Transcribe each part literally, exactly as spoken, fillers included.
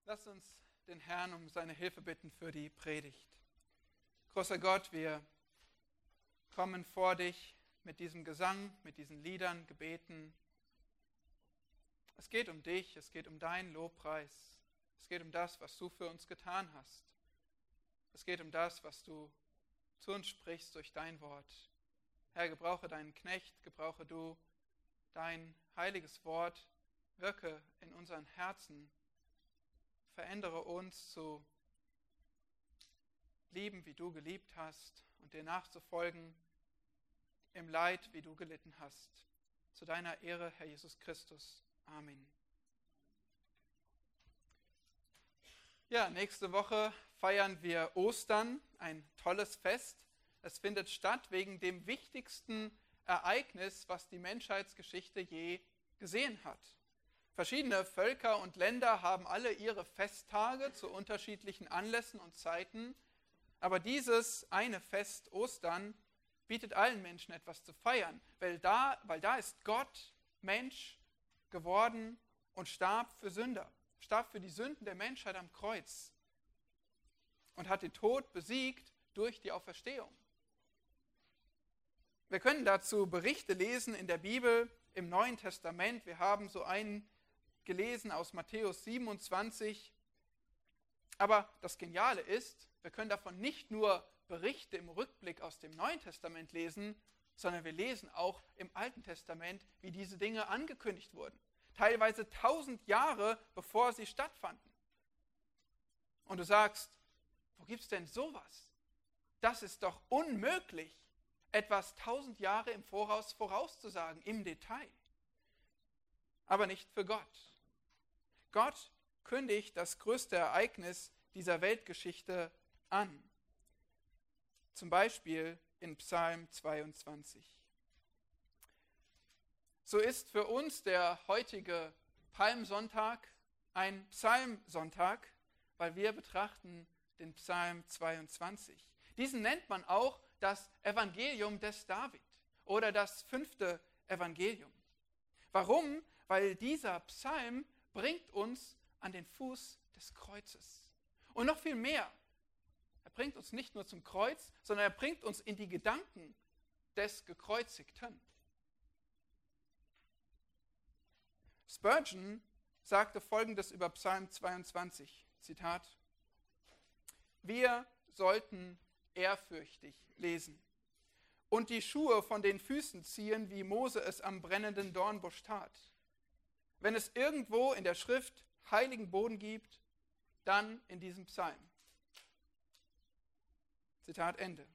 Lass uns den Herrn um seine Hilfe bitten für die Predigt. Großer Gott, wir kommen vor dich mit diesem Gesang, mit diesen Liedern, Gebeten. Es geht um dich, es geht um deinen Lobpreis. Es geht um das, was du für uns getan hast. Es geht um das, was du zu uns sprichst durch dein Wort. Herr, gebrauche deinen Knecht, gebrauche du dein heiliges Wort, wirke in unseren Herzen, verändere uns zu lieben, wie du geliebt hast und dir nachzufolgen im Leid, wie du gelitten hast. Zu deiner Ehre, Herr Jesus Christus. Amen. Ja, nächste Woche feiern wir Ostern, ein tolles Fest. Es findet statt wegen dem wichtigsten Ereignis, was die Menschheitsgeschichte je gesehen hat. Verschiedene Völker und Länder haben alle ihre Festtage zu unterschiedlichen Anlässen und Zeiten, aber dieses eine Fest, Ostern, bietet allen Menschen etwas zu feiern, weil da, weil da ist Gott Mensch geworden und starb für Sünder, starb für die Sünden der Menschheit am Kreuz und hat den Tod besiegt durch die Auferstehung. Wir können dazu Berichte lesen in der Bibel, im Neuen Testament. Wir haben so einen gelesen aus Matthäus siebenundzwanzig. Aber das Geniale ist, wir können davon nicht nur Berichte im Rückblick aus dem Neuen Testament lesen, sondern wir lesen auch im Alten Testament, wie diese Dinge angekündigt wurden. Teilweise tausend Jahre, bevor sie stattfanden. Und du sagst, wo gibt es denn sowas? Das ist doch unmöglich, etwas tausend Jahre im Voraus vorauszusagen, im Detail. Aber nicht für Gott. Gott kündigt das größte Ereignis dieser Weltgeschichte an. Zum Beispiel in Psalm zweiundzwanzig. So ist für uns der heutige Palmsonntag ein Psalmsonntag, weil wir betrachten den Psalm zweiundzwanzig. Diesen nennt man auch das Evangelium des David oder das fünfte Evangelium. Warum? Weil dieser Psalm bringt uns an den Fuß des Kreuzes. Und noch viel mehr. Er bringt uns nicht nur zum Kreuz, sondern er bringt uns in die Gedanken des Gekreuzigten. Spurgeon sagte Folgendes über Psalm zweiundzwanzig, Zitat: Wir sollten ehrfürchtig lesen und die Schuhe von den Füßen ziehen, wie Mose es am brennenden Dornbusch tat. Wenn es irgendwo in der Schrift heiligen Boden gibt, dann in diesem Psalm. Zitat Ende.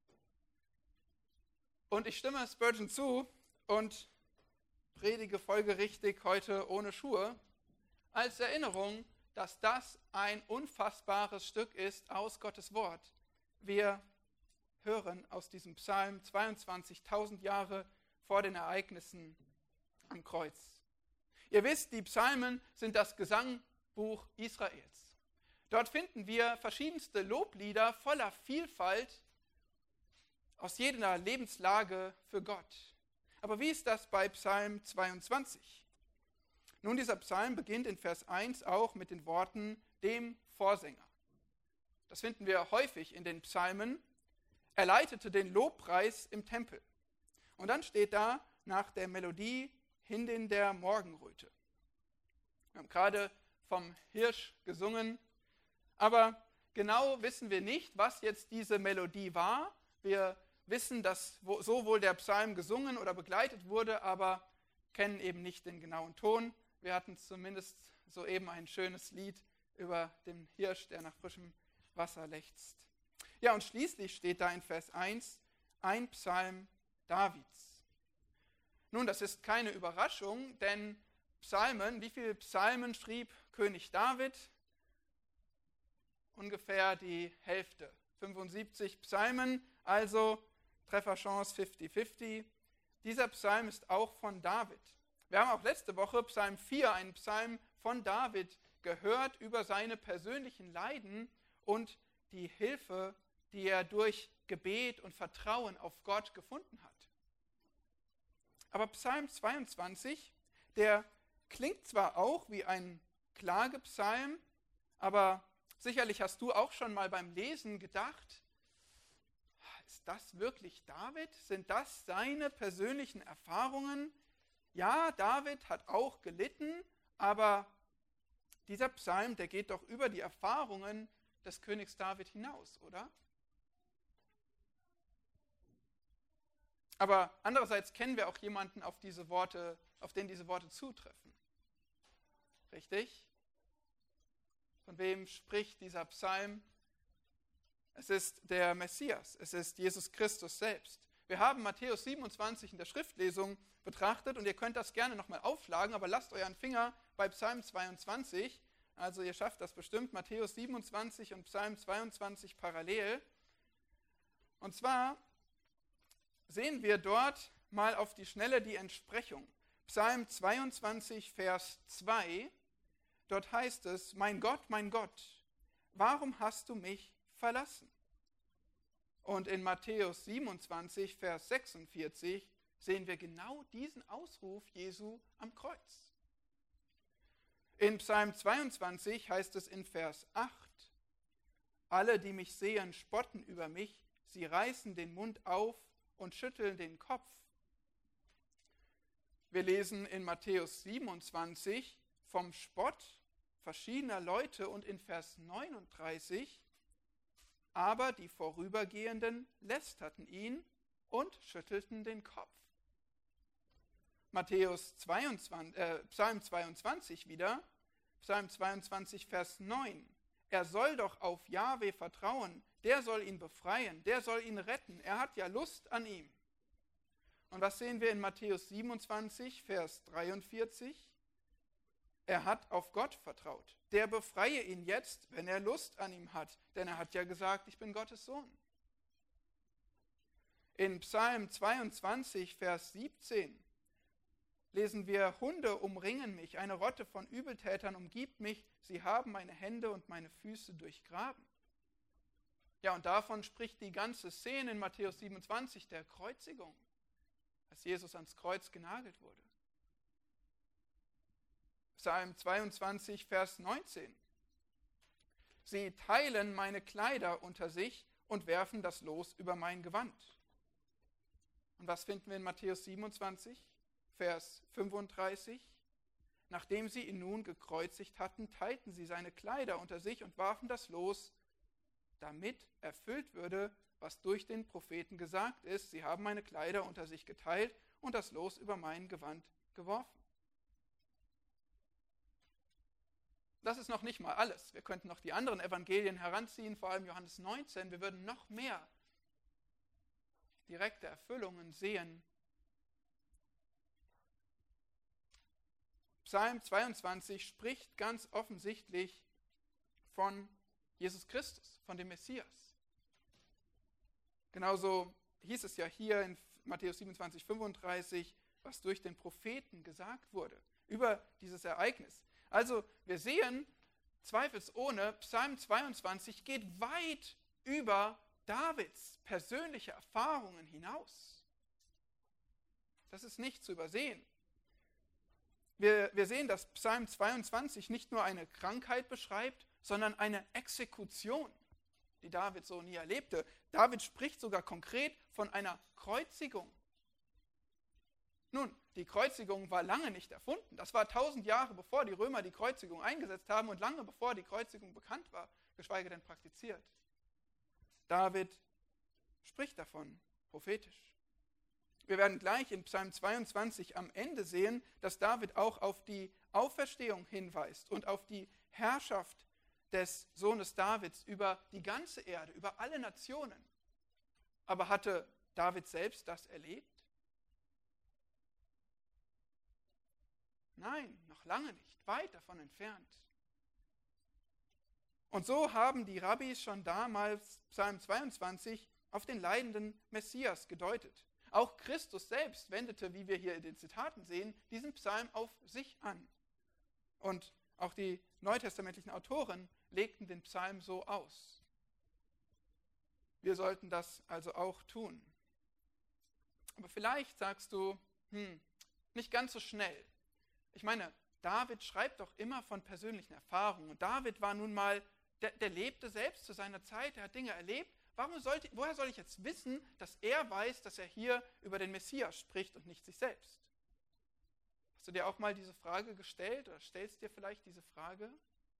Und ich stimme Spurgeon zu und predige folgerichtig heute ohne Schuhe, als Erinnerung, dass das ein unfassbares Stück ist aus Gottes Wort. Wir hören aus diesem Psalm zweiundzwanzig, tausend Jahre vor den Ereignissen am Kreuz. Ihr wisst, die Psalmen sind das Gesangbuch Israels. Dort finden wir verschiedenste Loblieder voller Vielfalt aus jeder Lebenslage für Gott. Aber wie ist das bei Psalm zweiundzwanzig? Nun, dieser Psalm beginnt in Vers eins auch mit den Worten dem Vorsänger. Das finden wir häufig in den Psalmen. Er leitete den Lobpreis im Tempel. Und dann steht da nach der Melodie Hindin der Morgenröte. Wir haben gerade vom Hirsch gesungen, aber genau wissen wir nicht, was jetzt diese Melodie war. Wir wissen, dass so wohl der Psalm gesungen oder begleitet wurde, aber kennen eben nicht den genauen Ton. Wir hatten zumindest soeben ein schönes Lied über den Hirsch, der nach frischem Wasser lechzt. Ja, und schließlich steht da in Vers eins ein Psalm Davids. Nun, das ist keine Überraschung, denn Psalmen, wie viele Psalmen schrieb König David? Ungefähr die Hälfte. fünfundsiebzig Psalmen, also Trefferchance fünfzig fünfzig. Dieser Psalm ist auch von David. Wir haben auch letzte Woche Psalm vier, einen Psalm von David, gehört über seine persönlichen Leiden und die Hilfe, die er durch Gebet und Vertrauen auf Gott gefunden hat. Aber Psalm zweiundzwanzig, der klingt zwar auch wie ein Klagepsalm, Aber sicherlich hast du auch schon mal beim Lesen gedacht, ist das wirklich David? Sind das seine persönlichen Erfahrungen? Ja, David hat auch gelitten, aber dieser Psalm, der geht doch über die Erfahrungen des Königs David hinaus, oder? Aber andererseits kennen wir auch jemanden, auf diese Worte, auf den diese Worte zutreffen. Richtig? Von wem spricht dieser Psalm? Es ist der Messias, es ist Jesus Christus selbst. Wir haben Matthäus siebenundzwanzig in der Schriftlesung betrachtet und ihr könnt das gerne nochmal aufschlagen, aber lasst euren Finger bei Psalm zweiundzwanzig, also ihr schafft das bestimmt, Matthäus siebenundzwanzig und Psalm zweiundzwanzig parallel. Und zwar sehen wir dort mal auf die Schnelle die Entsprechung. Psalm zweiundzwanzig, Vers zwei, dort heißt es, mein Gott, mein Gott, warum hast du mich verlassen? Und in Matthäus siebenundzwanzig, Vers sechsundvierzig sehen wir genau diesen Ausruf Jesu am Kreuz. In Psalm zweiundzwanzig heißt es in Vers acht, alle, die mich sehen, spotten über mich, sie reißen den Mund auf und schütteln den Kopf. Wir lesen in Matthäus siebenundzwanzig vom Spott verschiedener Leute und in Vers neununddreißig, aber die Vorübergehenden lästerten ihn und schüttelten den Kopf. Matthäus zweiundzwanzig, äh, Psalm zweiundzwanzig wieder, Psalm zweiundzwanzig, Vers neun. Er soll doch auf Jahwe vertrauen, der soll ihn befreien, der soll ihn retten, er hat ja Lust an ihm. Und was sehen wir in Matthäus siebenundzwanzig, Vers dreiundvierzig? Er hat auf Gott vertraut, der befreie ihn jetzt, wenn er Lust an ihm hat, denn er hat ja gesagt, ich bin Gottes Sohn. In Psalm zweiundzwanzig, Vers siebzehn lesen wir, Hunde umringen mich, eine Rotte von Übeltätern umgibt mich, sie haben meine Hände und meine Füße durchgraben. Ja, und davon spricht die ganze Szene in Matthäus siebenundzwanzig, der Kreuzigung, als Jesus ans Kreuz genagelt wurde. Psalm zweiundzwanzig, Vers neunzehn. Sie teilen meine Kleider unter sich und werfen das Los über mein Gewand. Und was finden wir in Matthäus siebenundzwanzig, Vers fünfunddreißig? Nachdem sie ihn nun gekreuzigt hatten, teilten sie seine Kleider unter sich und warfen das Los, damit erfüllt würde, was durch den Propheten gesagt ist. Sie haben meine Kleider unter sich geteilt und das Los über mein Gewand geworfen. Das ist noch nicht mal alles. Wir könnten noch die anderen Evangelien heranziehen, vor allem Johannes neunzehn. Wir würden noch mehr direkte Erfüllungen sehen. Psalm zweiundzwanzig spricht ganz offensichtlich von Jesus Christus, von dem Messias. Genauso hieß es ja hier in Matthäus siebenundzwanzig, fünfunddreißig, was durch den Propheten gesagt wurde über dieses Ereignis. Also wir sehen, zweifelsohne, Psalm zweiundzwanzig geht weit über Davids persönliche Erfahrungen hinaus. Das ist nicht zu übersehen. Wir, wir sehen, dass Psalm zweiundzwanzig nicht nur eine Krankheit beschreibt, sondern eine Exekution, die David so nie erlebte. David spricht sogar konkret von einer Kreuzigung. Nun, die Kreuzigung war lange nicht erfunden. Das war tausend Jahre bevor die Römer die Kreuzigung eingesetzt haben und lange bevor die Kreuzigung bekannt war, geschweige denn praktiziert. David spricht davon prophetisch. Wir werden gleich in Psalm zweiundzwanzig am Ende sehen, dass David auch auf die Auferstehung hinweist und auf die Herrschaft des Sohnes Davids über die ganze Erde, über alle Nationen. Aber hatte David selbst das erlebt? Nein, noch lange nicht, weit davon entfernt. Und so haben die Rabbis schon damals Psalm zweiundzwanzig auf den leidenden Messias gedeutet. Auch Christus selbst wendete, wie wir hier in den Zitaten sehen, diesen Psalm auf sich an. Und auch die neutestamentlichen Autoren legten den Psalm so aus. Wir sollten das also auch tun. Aber vielleicht sagst du, hm, nicht ganz so schnell. Ich meine, David schreibt doch immer von persönlichen Erfahrungen. Und David war nun mal, der, der lebte selbst zu seiner Zeit, er hat Dinge erlebt. Warum sollte, woher soll ich jetzt wissen, dass er weiß, dass er hier über den Messias spricht und nicht sich selbst? Hast du dir auch mal diese Frage gestellt oder stellst dir vielleicht diese Frage?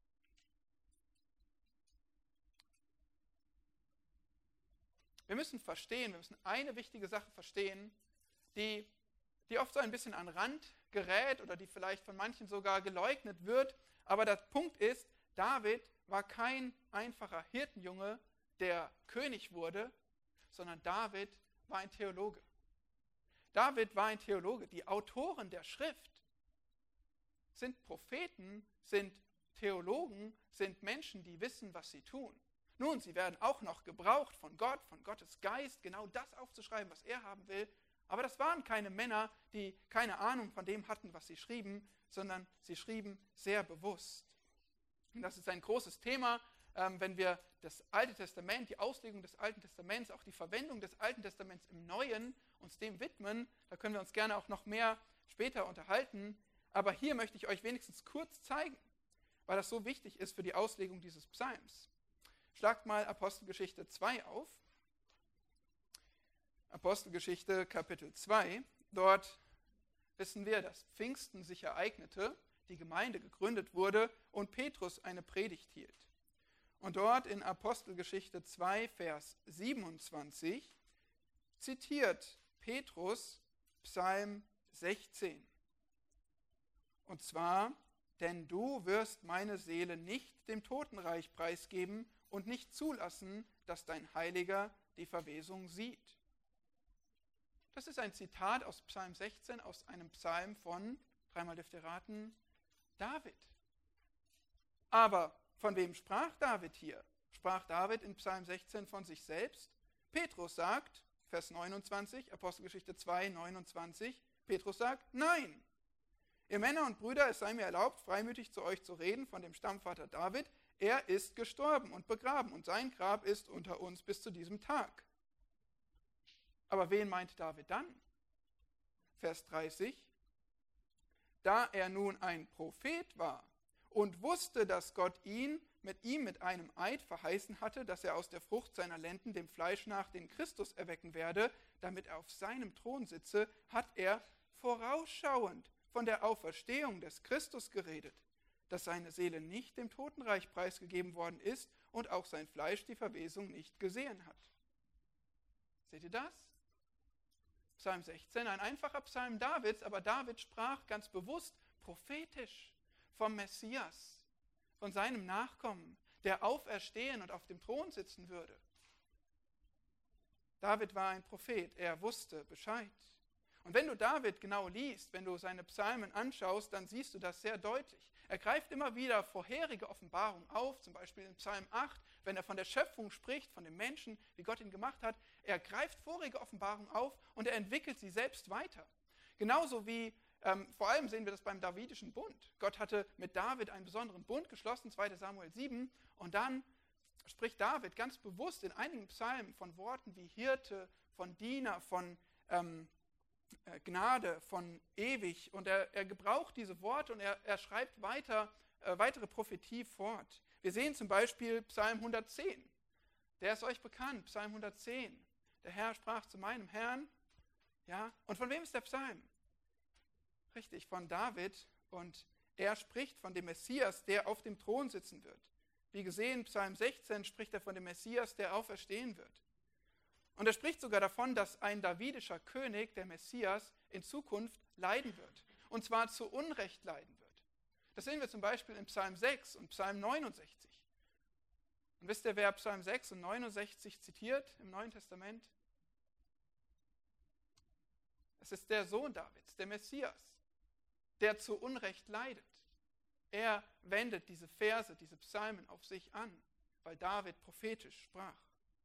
Wir müssen verstehen, wir müssen eine wichtige Sache verstehen, die, die oft so ein bisschen an den Rand gerät oder die vielleicht von manchen sogar geleugnet wird. Aber der Punkt ist, David war kein einfacher Hirtenjunge, der König wurde, sondern David war ein Theologe. David war ein Theologe. Die Autoren der Schrift sind Propheten, sind Theologen, sind Menschen, die wissen, was sie tun. Nun, sie werden auch noch gebraucht von Gott, von Gottes Geist, genau das aufzuschreiben, was er haben will. Aber das waren keine Männer, die keine Ahnung von dem hatten, was sie schrieben, sondern sie schrieben sehr bewusst. Und das ist ein großes Thema, wenn wir das Alte Testament, die Auslegung des Alten Testaments, auch die Verwendung des Alten Testaments im Neuen uns dem widmen. Da können wir uns gerne auch noch mehr später unterhalten. Aber hier möchte ich euch wenigstens kurz zeigen, weil das so wichtig ist für die Auslegung dieses Psalms. Schlagt mal Apostelgeschichte zwei auf. Apostelgeschichte Kapitel zwei. Dort wissen wir, dass Pfingsten sich ereignete, die Gemeinde gegründet wurde und Petrus eine Predigt hielt. Und dort in Apostelgeschichte zwei, Vers siebenundzwanzig zitiert Petrus Psalm sechzehn. Und zwar, denn du wirst meine Seele nicht dem Totenreich preisgeben und nicht zulassen, dass dein Heiliger die Verwesung sieht. Das ist ein Zitat aus Psalm sechzehn, aus einem Psalm von, dreimal dürft ihr raten, David. Aber von wem sprach David hier? Sprach David in Psalm sechzehn von sich selbst? Petrus sagt, Vers neunundzwanzig, Apostelgeschichte zwei, neunundzwanzig, Petrus sagt, nein. Ihr Männer und Brüder, es sei mir erlaubt, freimütig zu euch zu reden von dem Stammvater David. Er ist gestorben und begraben und sein Grab ist unter uns bis zu diesem Tag. Aber wen meint David dann? Vers dreißig. Da er nun ein Prophet war und wusste, dass Gott ihn mit ihm mit einem Eid verheißen hatte, dass er aus der Frucht seiner Lenden dem Fleisch nach den Christus erwecken werde, damit er auf seinem Thron sitze, hat er vorausschauend von der Auferstehung des Christus geredet, dass seine Seele nicht dem Totenreich preisgegeben worden ist und auch sein Fleisch die Verwesung nicht gesehen hat. Seht ihr das? Psalm sechzehn, ein einfacher Psalm Davids, aber David sprach ganz bewusst prophetisch vom Messias, von seinem Nachkommen, der auferstehen und auf dem Thron sitzen würde. David war ein Prophet, er wusste Bescheid. Und wenn du David genau liest, wenn du seine Psalmen anschaust, dann siehst du das sehr deutlich. Er greift immer wieder vorherige Offenbarungen auf, zum Beispiel in Psalm acht, wenn er von der Schöpfung spricht, von dem Menschen, wie Gott ihn gemacht hat. Er greift vorige Offenbarungen auf und er entwickelt sie selbst weiter. Genauso wie, ähm, vor allem sehen wir das beim Davidischen Bund. Gott hatte mit David einen besonderen Bund geschlossen, zweiter Samuel sieben, und dann spricht David ganz bewusst in einigen Psalmen von Worten wie Hirte, von Diener, von ähm, Gnade, von ewig, und er, er gebraucht diese Worte und er, er schreibt weiter, äh, weitere Prophetie fort. Wir sehen zum Beispiel Psalm hundertzehn, der ist euch bekannt, Psalm hundertzehn. Der Herr sprach zu meinem Herrn, ja, und von wem ist der Psalm? Richtig, von David, und er spricht von dem Messias, der auf dem Thron sitzen wird. Wie gesehen, Psalm sechzehn spricht er von dem Messias, der auferstehen wird. Und er spricht sogar davon, dass ein davidischer König, der Messias, in Zukunft leiden wird. Und zwar zu Unrecht leiden wird. Das sehen wir zum Beispiel in Psalm sechs und Psalm neunundsechzig. Und wisst ihr, wer Psalm sechs und neunundsechzig zitiert im Neuen Testament? Es ist der Sohn Davids, der Messias, der zu Unrecht leidet. Er wendet diese Verse, diese Psalmen auf sich an, weil David prophetisch sprach.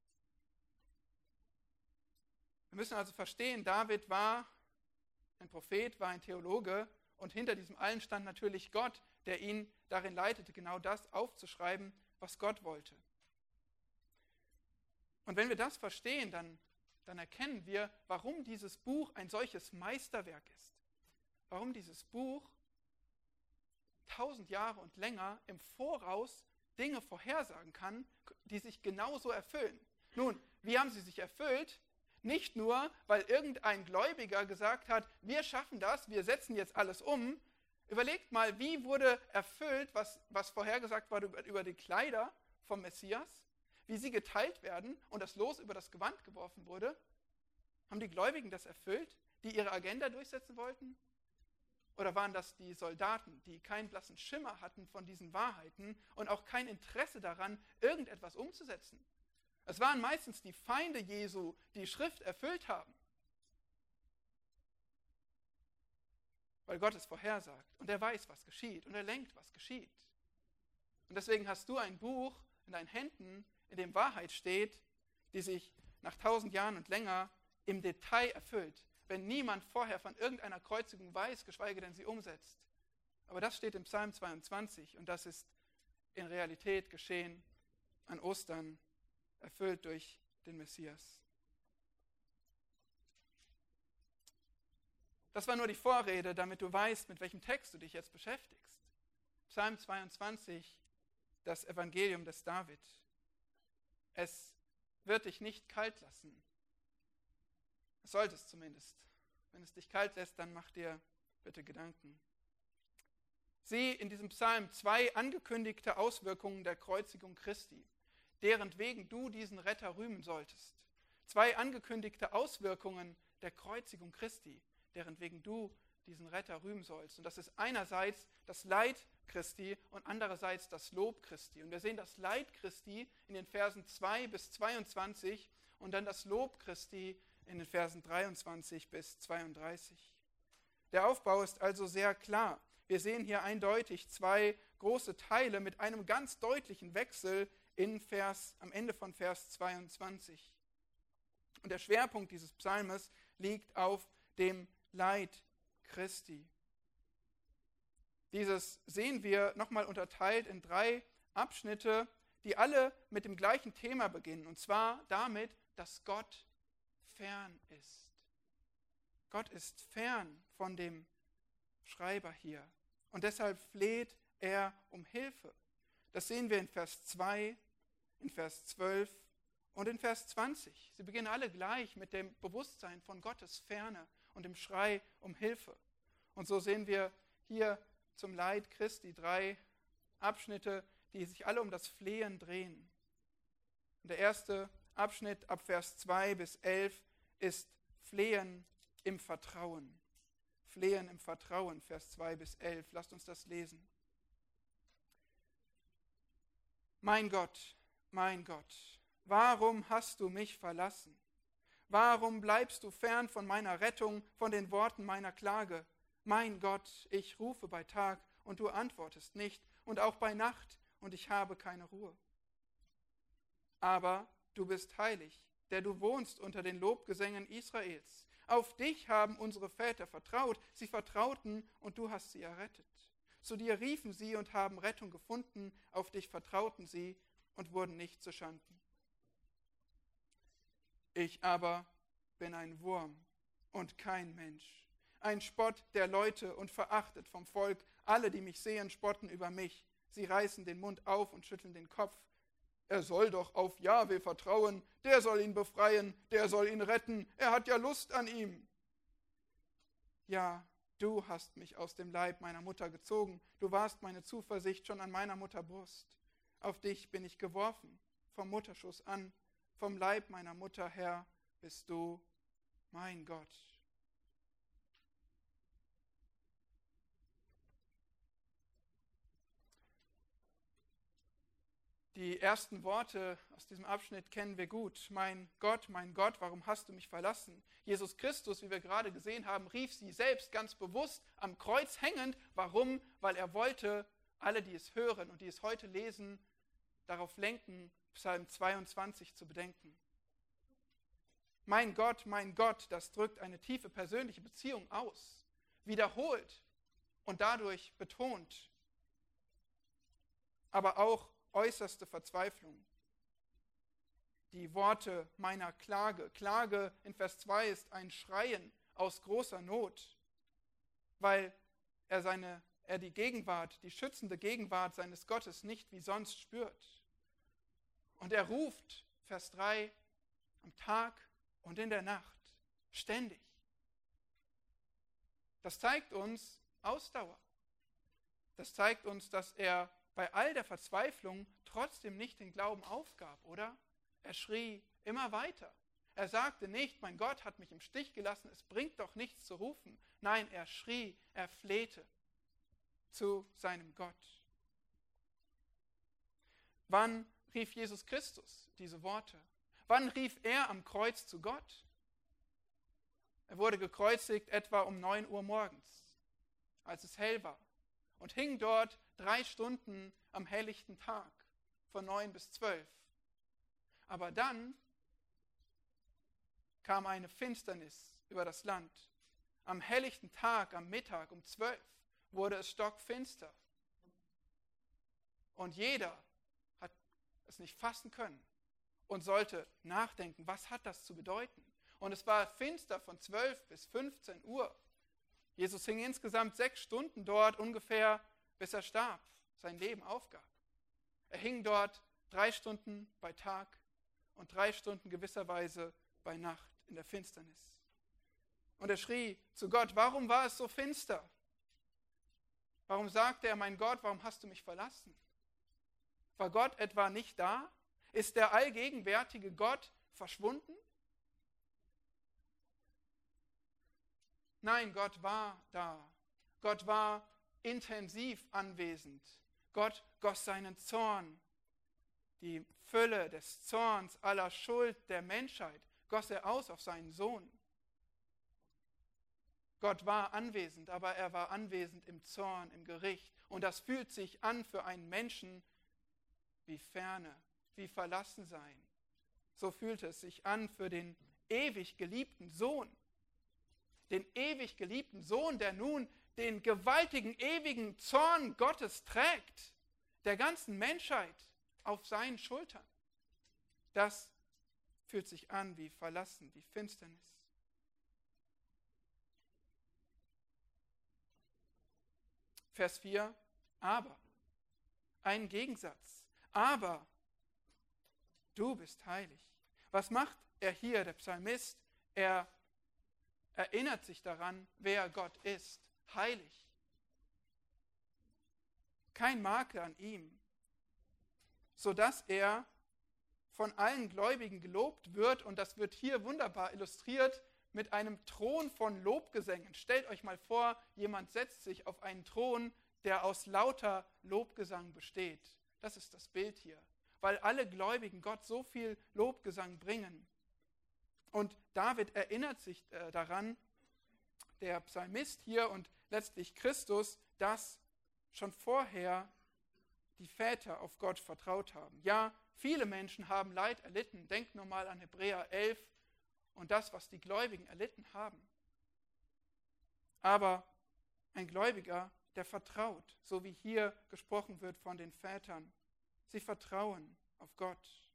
Wir müssen also verstehen, David war ein Prophet, war ein Theologe, und hinter diesem allen stand natürlich Gott, der ihn darin leitete, genau das aufzuschreiben, was Gott wollte. Und wenn wir das verstehen, dann, dann erkennen wir, warum dieses Buch ein solches Meisterwerk ist. Warum dieses Buch tausend Jahre und länger im Voraus Dinge vorhersagen kann, die sich genauso erfüllen. Nun, wie haben sie sich erfüllt? Nicht nur, weil irgendein Gläubiger gesagt hat, wir schaffen das, wir setzen jetzt alles um. Überlegt mal, wie wurde erfüllt, was, was vorhergesagt war über, über die Kleider vom Messias, wie sie geteilt werden und das Los über das Gewand geworfen wurde. Haben die Gläubigen das erfüllt, die ihre Agenda durchsetzen wollten? Oder waren das die Soldaten, die keinen blassen Schimmer hatten von diesen Wahrheiten und auch kein Interesse daran, irgendetwas umzusetzen? Es waren meistens die Feinde Jesu, die Schrift erfüllt haben. Weil Gott es vorhersagt und er weiß, was geschieht und er lenkt, was geschieht. Und deswegen hast du ein Buch in deinen Händen, in dem Wahrheit steht, die sich nach tausend Jahren und länger im Detail erfüllt, wenn niemand vorher von irgendeiner Kreuzigung weiß, geschweige denn sie umsetzt. Aber das steht im Psalm zweiundzwanzig und das ist in Realität geschehen an Ostern, erfüllt durch den Messias. Das war nur die Vorrede, damit du weißt, mit welchem Text du dich jetzt beschäftigst. Psalm zweiundzwanzig, das Evangelium des David. Es wird dich nicht kalt lassen. Es sollte es zumindest. Wenn es dich kalt lässt, dann mach dir bitte Gedanken. Sieh in diesem Psalm zwei angekündigte Auswirkungen der Kreuzigung Christi, deren wegen du diesen Retter rühmen solltest. Zwei angekündigte Auswirkungen der Kreuzigung Christi, deren wegen du diesen Retter rühmen sollst. Und das ist einerseits das Leid Christi und andererseits das Lob Christi. Und wir sehen das Leid Christi in den Versen zwei bis zweiundzwanzig und dann das Lob Christi in den Versen dreiundzwanzig bis zweiunddreißig. Der Aufbau ist also sehr klar. Wir sehen hier eindeutig zwei große Teile mit einem ganz deutlichen Wechsel in Vers, am Ende von Vers zweiundzwanzig. Und der Schwerpunkt dieses Psalmes liegt auf dem Leid Christi. Dieses sehen wir nochmal unterteilt in drei Abschnitte, die alle mit dem gleichen Thema beginnen, und zwar damit, dass Gott fern ist. Gott ist fern von dem Schreiber hier und deshalb fleht er um Hilfe. Das sehen wir in Vers zwei, in Vers zwölf und in Vers zwanzig. Sie beginnen alle gleich mit dem Bewusstsein von Gottes Ferne und dem Schrei um Hilfe. Und so sehen wir hier zum Leid Christi drei Abschnitte, die sich alle um das Flehen drehen. Und der erste Abschnitt ab Vers zwei bis elf ist Flehen im Vertrauen. Flehen im Vertrauen, Vers zwei bis elf. Lasst uns das lesen. Mein Gott, mein Gott, warum hast du mich verlassen? Warum bleibst du fern von meiner Rettung, von den Worten meiner Klage? Mein Gott, ich rufe bei Tag und du antwortest nicht, und auch bei Nacht und ich habe keine Ruhe. Aber du bist heilig, der du wohnst unter den Lobgesängen Israels. Auf dich haben unsere Väter vertraut, sie vertrauten und du hast sie errettet. Zu dir riefen sie und haben Rettung gefunden, auf dich vertrauten sie und wurden nicht zu Schanden. Ich aber bin ein Wurm und kein Mensch, ein Spott der Leute und verachtet vom Volk. Alle, die mich sehen, spotten über mich. Sie reißen den Mund auf und schütteln den Kopf. Er soll doch auf Jahwe vertrauen, der soll ihn befreien, der soll ihn retten, er hat ja Lust an ihm. Ja, du hast mich aus dem Leib meiner Mutter gezogen, du warst meine Zuversicht schon an meiner Mutter Brust. Auf dich bin ich geworfen, vom Mutterschuss an, vom Leib meiner Mutter her bist du mein Gott. Die ersten Worte aus diesem Abschnitt kennen wir gut. Mein Gott, mein Gott, warum hast du mich verlassen? Jesus Christus, wie wir gerade gesehen haben, rief sie selbst ganz bewusst am Kreuz hängend. Warum? Weil er wollte, alle, die es hören und die es heute lesen, darauf lenken, Psalm zweiundzwanzig zu bedenken. Mein Gott, mein Gott, das drückt eine tiefe persönliche Beziehung aus, wiederholt und dadurch betont, aber auch äußerste Verzweiflung. Die Worte meiner Klage. Klage in Vers zwei ist ein Schreien aus großer Not, weil er seine er die Gegenwart, die schützende Gegenwart seines Gottes nicht wie sonst spürt. Und er ruft, Vers drei, am Tag und in der Nacht, ständig. Das zeigt uns Ausdauer. Das zeigt uns, dass er bei all der Verzweiflung trotzdem nicht den Glauben aufgab, oder? Er schrie immer weiter. Er sagte nicht, mein Gott hat mich im Stich gelassen, es bringt doch nichts zu rufen. Nein, er schrie, er flehte zu seinem Gott. Wann rief Jesus Christus diese Worte? Wann rief er am Kreuz zu Gott? Er wurde gekreuzigt etwa um neun Uhr morgens, als es hell war, und hing dort drei Stunden am helllichten Tag, von neun bis zwölf. Aber dann kam eine Finsternis über das Land. Am helllichten Tag, am Mittag um zwölf, wurde es stockfinster. Und jeder hat es nicht fassen können und sollte nachdenken, was hat das zu bedeuten? Und es war finster von zwölf bis fünfzehn Uhr. Jesus hing insgesamt sechs Stunden dort ungefähr, bis er starb, sein Leben aufgab. Er hing dort drei Stunden bei Tag und drei Stunden gewisserweise bei Nacht in der Finsternis. Und er schrie zu Gott, warum war es so finster? Warum sagte er, mein Gott, warum hast du mich verlassen? War Gott etwa nicht da? Ist der allgegenwärtige Gott verschwunden? Nein, Gott war da. Gott war intensiv anwesend. Gott goss seinen Zorn, die Fülle des Zorns aller Schuld der Menschheit, goss er aus auf seinen Sohn. Gott war anwesend, aber er war anwesend im Zorn, im Gericht. Und das fühlt sich an für einen Menschen wie Ferne, wie Verlassensein. So fühlte es sich an für den ewig geliebten Sohn. Den ewig geliebten Sohn, der nun den gewaltigen, ewigen Zorn Gottes trägt, der ganzen Menschheit auf seinen Schultern. Das fühlt sich an wie Verlassen, wie Finsternis. Vers vier, aber, ein Gegensatz, aber du bist heilig. Was macht er hier, der Psalmist? Er erinnert sich daran, wer Gott ist, heilig. Kein Makel an ihm, sodass er von allen Gläubigen gelobt wird, und das wird hier wunderbar illustriert mit einem Thron von Lobgesängen. Stellt euch mal vor, jemand setzt sich auf einen Thron, der aus lauter Lobgesang besteht. Das ist das Bild hier, weil alle Gläubigen Gott so viel Lobgesang bringen. Und David erinnert sich äh, daran, der Psalmist hier und letztlich Christus, dass schon vorher die Väter auf Gott vertraut haben. Ja, viele Menschen haben Leid erlitten. Denkt nur mal an Hebräer elf und das, was die Gläubigen erlitten haben. Aber ein Gläubiger, der vertraut, so wie hier gesprochen wird von den Vätern. Sie vertrauen auf Gott.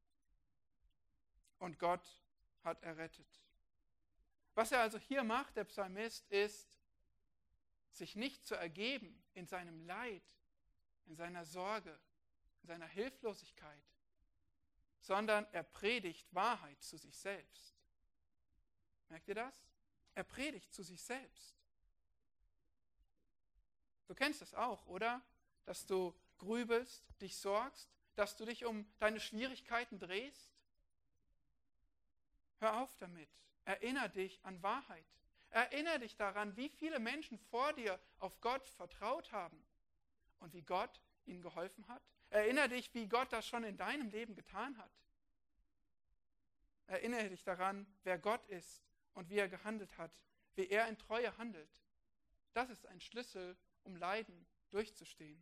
Und Gott hat errettet. Was er also hier macht, der Psalmist, ist, sich nicht zu ergeben in seinem Leid, in seiner Sorge, in seiner Hilflosigkeit, sondern er predigt Wahrheit zu sich selbst. Merkt ihr das? Er predigt zu sich selbst. Du kennst das auch, oder? Dass du grübelst, dich sorgst, dass du dich um deine Schwierigkeiten drehst. Hör auf damit. Erinnere dich an Wahrheit. Erinnere dich daran, wie viele Menschen vor dir auf Gott vertraut haben und wie Gott ihnen geholfen hat. Erinnere dich, wie Gott das schon in deinem Leben getan hat. Erinnere dich daran, wer Gott ist und wie er gehandelt hat, wie er in Treue handelt. Das ist ein Schlüssel, um Leiden durchzustehen.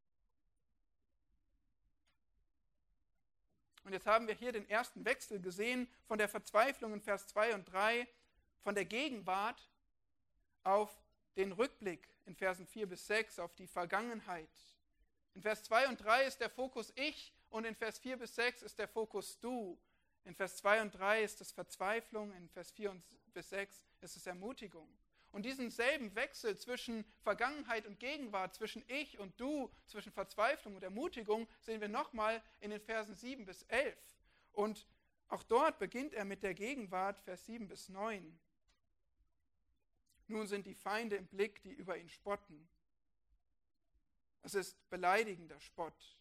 Und jetzt haben wir hier den ersten Wechsel gesehen von der Verzweiflung in Vers zwei und drei, von der Gegenwart auf den Rückblick in Versen vier bis sechs, auf die Vergangenheit. In Vers zwei und drei ist der Fokus ich und in Vers vier bis sechs ist der Fokus du. In Vers zwei und drei ist es Verzweiflung, in Vers vier bis sechs ist es Ermutigung. Und diesen selben Wechsel zwischen Vergangenheit und Gegenwart, zwischen ich und du, zwischen Verzweiflung und Ermutigung, sehen wir nochmal in den Versen sieben bis elf. Und auch dort beginnt er mit der Gegenwart, Vers sieben bis neun. Nun sind die Feinde im Blick, die über ihn spotten. Es ist beleidigender Spott.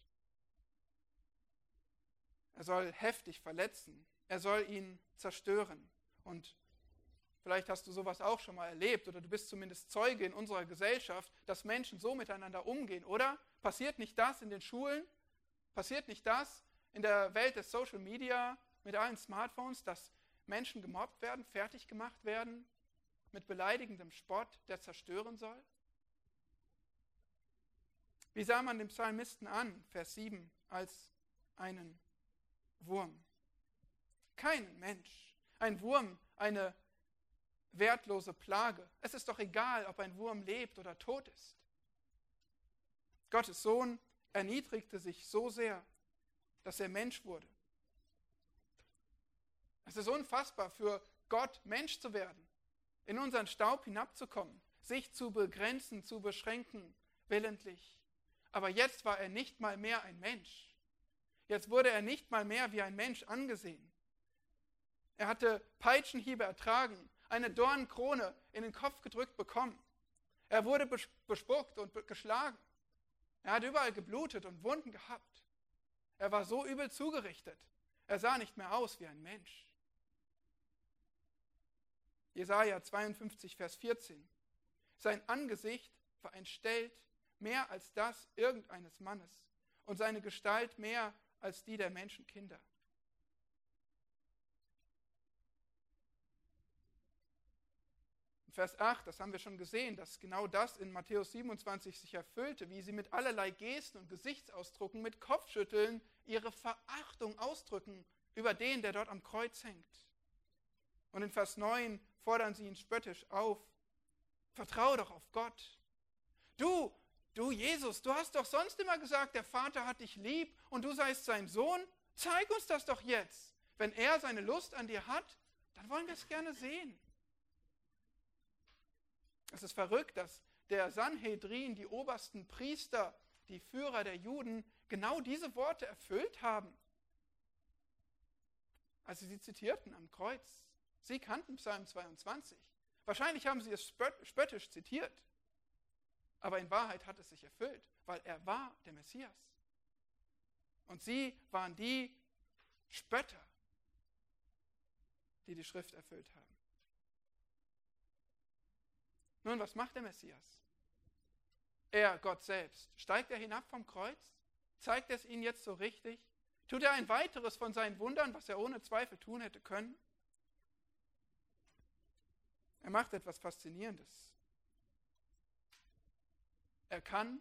Er soll heftig verletzen. Er soll ihn zerstören. Und vielleicht hast du sowas auch schon mal erlebt oder du bist zumindest Zeuge in unserer Gesellschaft, dass Menschen so miteinander umgehen, oder? Passiert nicht das in den Schulen? Passiert nicht das in der Welt des Social Media mit allen Smartphones, dass Menschen gemobbt werden, fertig gemacht werden mit beleidigendem Spott, der zerstören soll? Wie sah man den Psalmisten an, Vers sieben, als einen Wurm? Keinen Mensch. Ein Wurm, eine wertlose Plage. Es ist doch egal, ob ein Wurm lebt oder tot ist. Gottes Sohn erniedrigte sich so sehr, dass er Mensch wurde. Es ist unfassbar für Gott, Mensch zu werden, in unseren Staub hinabzukommen, sich zu begrenzen, zu beschränken, willentlich. Aber jetzt war er nicht mal mehr ein Mensch. Jetzt wurde er nicht mal mehr wie ein Mensch angesehen. Er hatte Peitschenhiebe ertragen, eine Dornenkrone in den Kopf gedrückt bekommen. Er wurde bespuckt und geschlagen. Er hat überall geblutet und Wunden gehabt. Er war so übel zugerichtet. Er sah nicht mehr aus wie ein Mensch. Jesaja zweiundfünfzig, Vers vierzehn. Sein Angesicht war entstellt mehr als das irgendeines Mannes und seine Gestalt mehr als die der Menschenkinder. Vers acht, das haben wir schon gesehen, dass genau das in Matthäus siebenundzwanzig sich erfüllte, wie sie mit allerlei Gesten und Gesichtsausdrücken, mit Kopfschütteln ihre Verachtung ausdrücken über den, der dort am Kreuz hängt. Und in Vers neun fordern sie ihn spöttisch auf: Vertraue doch auf Gott. Du, du Jesus, du hast doch sonst immer gesagt, der Vater hat dich lieb und du seist sein Sohn. Zeig uns das doch jetzt. Wenn er seine Lust an dir hat, dann wollen wir es gerne sehen. Es ist verrückt, dass der Sanhedrin, die obersten Priester, die Führer der Juden, genau diese Worte erfüllt haben, als sie sie zitierten am Kreuz. Sie kannten Psalm zweiundzwanzig. Wahrscheinlich haben sie es spöttisch zitiert, aber in Wahrheit hat es sich erfüllt, weil er war der Messias. Und sie waren die Spötter, die die Schrift erfüllt haben. Nun, was macht der Messias? Er, Gott selbst, steigt er hinab vom Kreuz? Zeigt er es ihnen jetzt so richtig? Tut er ein weiteres von seinen Wundern, was er ohne Zweifel tun hätte können? Er macht etwas Faszinierendes. Er kann,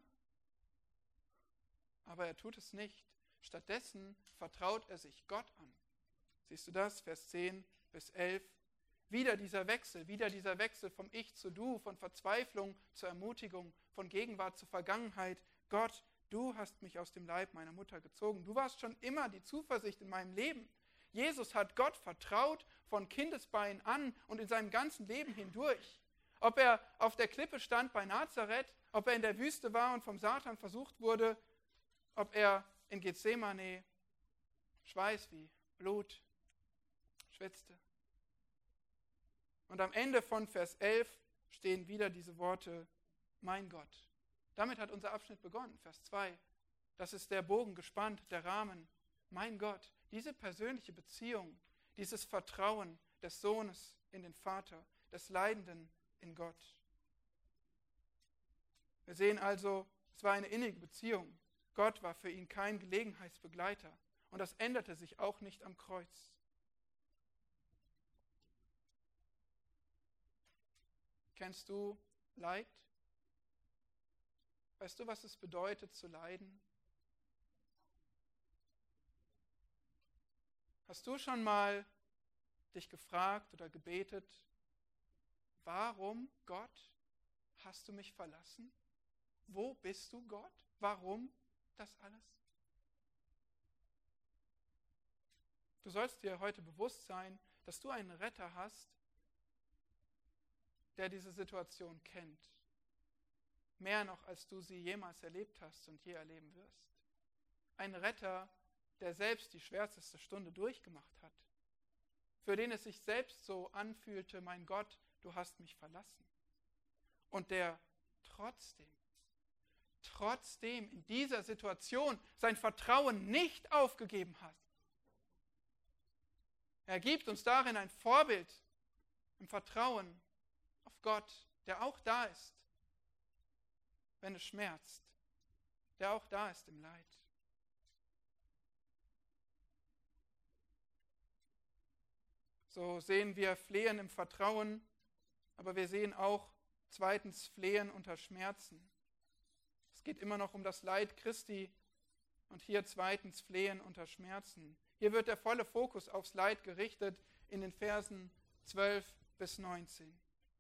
aber er tut es nicht. Stattdessen vertraut er sich Gott an. Siehst du das? Vers zehn bis elf. Wieder dieser Wechsel, wieder dieser Wechsel vom Ich zu Du, von Verzweiflung zur Ermutigung, von Gegenwart zur Vergangenheit. Gott, du hast mich aus dem Leib meiner Mutter gezogen. Du warst schon immer die Zuversicht in meinem Leben. Jesus hat Gott vertraut von Kindesbeinen an und in seinem ganzen Leben hindurch. Ob er auf der Klippe stand bei Nazareth, ob er in der Wüste war und vom Satan versucht wurde, ob er in Gethsemane Schweiß wie Blut schwitzte. Und am Ende von Vers elf stehen wieder diese Worte, mein Gott. Damit hat unser Abschnitt begonnen, Vers zwei. Das ist der Bogen gespannt, der Rahmen. Mein Gott, diese persönliche Beziehung, dieses Vertrauen des Sohnes in den Vater, des Leidenden in Gott. Wir sehen also, es war eine innige Beziehung. Gott war für ihn kein Gelegenheitsbegleiter. Und das änderte sich auch nicht am Kreuz. Kennst du Leid? Weißt du, was es bedeutet, zu leiden? Hast du schon mal dich gefragt oder gebetet, warum, Gott, hast du mich verlassen? Wo bist du, Gott? Warum das alles? Du sollst dir heute bewusst sein, dass du einen Retter hast, der diese Situation kennt. Mehr noch, als du sie jemals erlebt hast und je erleben wirst. Ein Retter, der selbst die schwärzeste Stunde durchgemacht hat. Für den es sich selbst so anfühlte, mein Gott, du hast mich verlassen. Und der trotzdem, trotzdem in dieser Situation sein Vertrauen nicht aufgegeben hat. Er gibt uns darin ein Vorbild im Vertrauen auf Gott, der auch da ist, wenn es schmerzt, der auch da ist im Leid. So sehen wir Flehen im Vertrauen, aber wir sehen auch zweitens Flehen unter Schmerzen. Es geht immer noch um das Leid Christi und hier zweitens Flehen unter Schmerzen. Hier wird der volle Fokus aufs Leid gerichtet in den Versen zwölf bis neunzehn.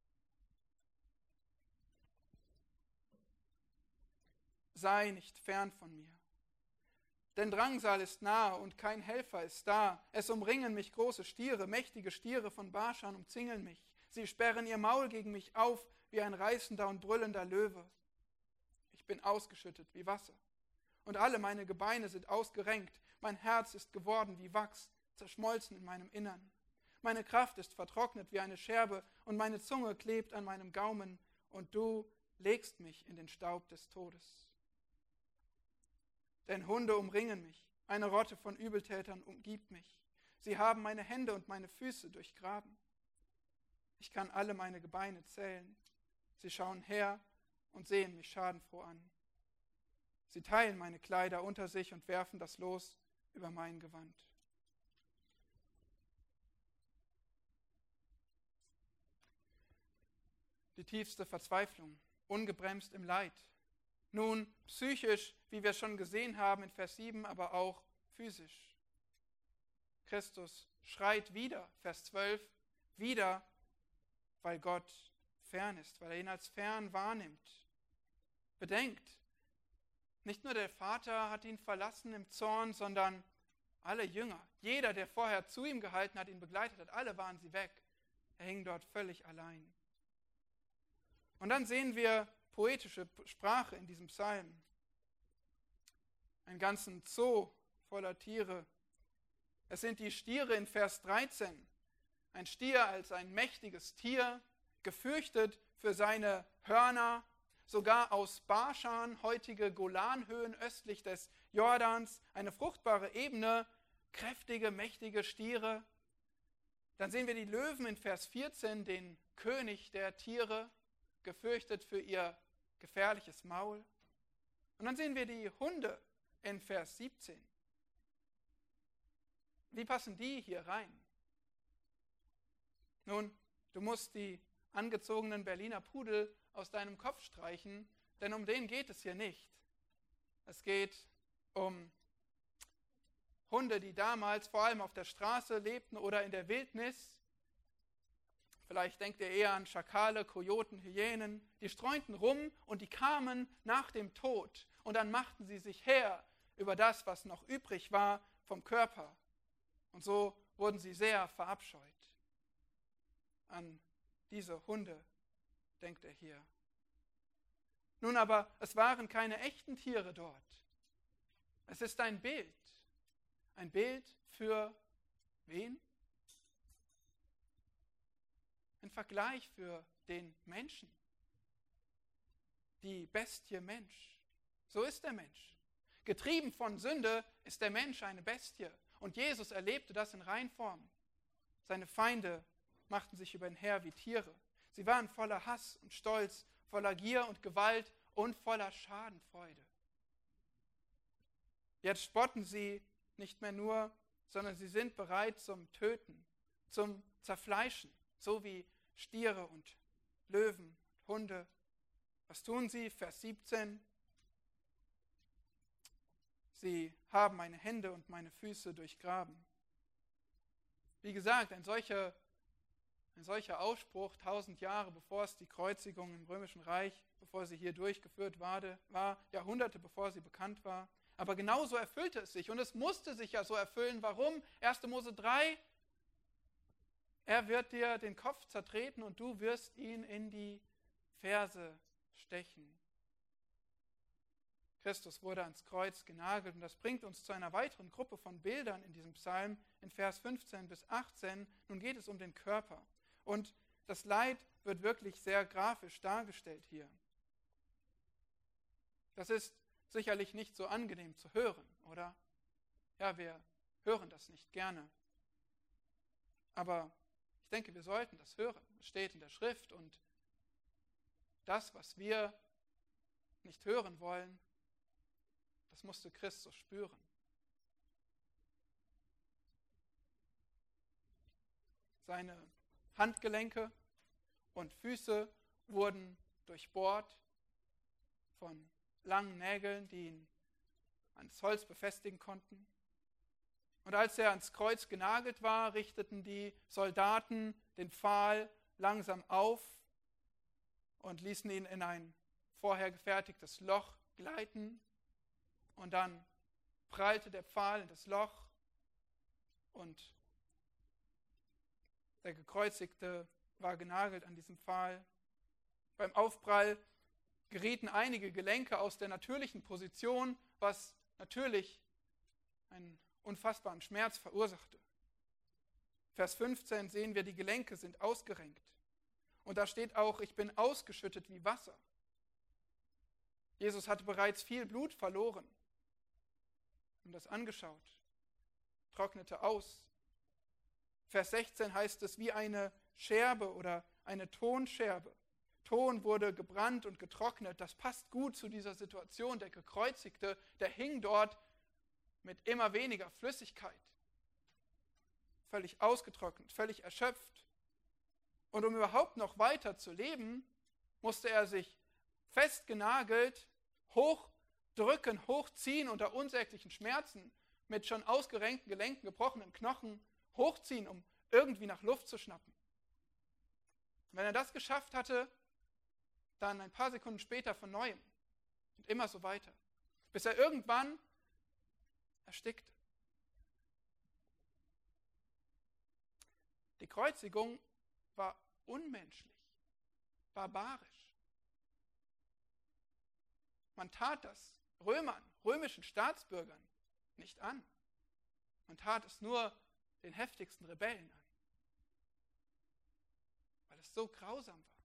Sei nicht fern von mir, denn Drangsal ist nahe und kein Helfer ist da. Es umringen mich große Stiere, mächtige Stiere von Baschan umzingeln mich. Sie sperren ihr Maul gegen mich auf wie ein reißender und brüllender Löwe. Ich bin ausgeschüttet wie Wasser und alle meine Gebeine sind ausgerenkt. Mein Herz ist geworden wie Wachs, zerschmolzen in meinem Innern. Meine Kraft ist vertrocknet wie eine Scherbe und meine Zunge klebt an meinem Gaumen und du legst mich in den Staub des Todes. Denn Hunde umringen mich, eine Rotte von Übeltätern umgibt mich. Sie haben meine Hände und meine Füße durchgraben. Ich kann alle meine Gebeine zählen. Sie schauen her und sehen mich schadenfroh an. Sie teilen meine Kleider unter sich und werfen das Los über mein Gewand. Die tiefste Verzweiflung, ungebremst im Leid. Nun psychisch, wie wir schon gesehen haben in Vers sieben, aber auch physisch. Christus schreit wieder, Vers zwölf, wieder, weil Gott fern ist, weil er ihn als fern wahrnimmt. Bedenkt, nicht nur der Vater hat ihn verlassen im Zorn, sondern alle Jünger, jeder, der vorher zu ihm gehalten hat, ihn begleitet hat, alle waren sie weg. Er hing dort völlig allein. Und dann sehen wir poetische Sprache in diesem Psalm. Einen ganzen Zoo voller Tiere. Es sind die Stiere in Vers dreizehn. Ein Stier als ein mächtiges Tier, gefürchtet für seine Hörner, sogar aus Baschan, heutige Golanhöhen östlich des Jordans, eine fruchtbare Ebene, kräftige, mächtige Stiere. Dann sehen wir die Löwen in Vers vierzehn, den König der Tiere, gefürchtet für ihr gefährliches Maul. Und dann sehen wir die Hunde in Vers siebzehn. Wie passen die hier rein? Nun, du musst die angezogenen Berliner Pudel aus deinem Kopf streichen, denn um den geht es hier nicht. Es geht um Hunde, die damals vor allem auf der Straße lebten oder in der Wildnis. Vielleicht denkt ihr eher an Schakale, Kojoten, Hyänen. Die streunten rum und die kamen nach dem Tod. Und dann machten sie sich her über das, was noch übrig war vom Körper. Und so wurden sie sehr verabscheut. An diese Hunde denkt er hier. Nun aber, es waren keine echten Tiere dort. Es ist ein Bild. Ein Bild für wen? Ein Vergleich für den Menschen. Die Bestie Mensch. So ist der Mensch. Getrieben von Sünde ist der Mensch eine Bestie. Und Jesus erlebte das in Reinform. Seine Feinde machten sich über ihn her wie Tiere. Sie waren voller Hass und Stolz, voller Gier und Gewalt und voller Schadenfreude. Jetzt spotten sie nicht mehr nur, sondern sie sind bereit zum Töten, zum Zerfleischen, so wie Stiere und Löwen, Hunde. Was tun sie? Vers siebzehn. Sie haben meine Hände und meine Füße durchgraben. Wie gesagt, ein solcher, ein solcher Ausspruch tausend Jahre bevor es die Kreuzigung im Römischen Reich, bevor sie hier durchgeführt war, war, Jahrhunderte bevor sie bekannt war. Aber genauso erfüllte es sich und es musste sich ja so erfüllen. Warum? erster Mose drei. Er wird dir den Kopf zertreten und du wirst ihn in die Ferse stechen. Christus wurde ans Kreuz genagelt und das bringt uns zu einer weiteren Gruppe von Bildern in diesem Psalm in Vers fünfzehn bis achtzehn. Nun geht es um den Körper und das Leid wird wirklich sehr grafisch dargestellt hier. Das ist sicherlich nicht so angenehm zu hören, oder? Ja, wir hören das nicht gerne. Aber ich denke, wir sollten das hören. Es steht in der Schrift und das, was wir nicht hören wollen, das musste Christus spüren. Seine Handgelenke und Füße wurden durchbohrt von langen Nägeln, die ihn ans Holz befestigen konnten. Und als er ans Kreuz genagelt war, richteten die Soldaten den Pfahl langsam auf und ließen ihn in ein vorher gefertigtes Loch gleiten. Und dann prallte der Pfahl in das Loch und der Gekreuzigte war genagelt an diesem Pfahl. Beim Aufprall gerieten einige Gelenke aus der natürlichen Position, was natürlich einen unfassbaren Schmerz verursachte. Vers fünfzehn sehen wir, die Gelenke sind ausgerenkt. Und da steht auch, ich bin ausgeschüttet wie Wasser. Jesus hatte bereits viel Blut verloren. Wir haben das angeschaut, trocknete aus. Vers sechzehn heißt es, wie eine Scherbe oder eine Tonscherbe. Ton wurde gebrannt und getrocknet. Das passt gut zu dieser Situation. Der Gekreuzigte, der hing dort mit immer weniger Flüssigkeit. Völlig ausgetrocknet, völlig erschöpft. Und um überhaupt noch weiter zu leben, musste er sich festgenagelt hochdrücken, hochziehen unter unsäglichen Schmerzen, mit schon ausgerenkten Gelenken, gebrochenen Knochen hochziehen, um irgendwie nach Luft zu schnappen. Und wenn er das geschafft hatte, dann ein paar Sekunden später von neuem und immer so weiter, bis er irgendwann erstickte. Die Kreuzigung war unmenschlich, barbarisch. Man tat das Römern, römischen Staatsbürgern nicht an. Man tat es nur den heftigsten Rebellen an, weil es so grausam war.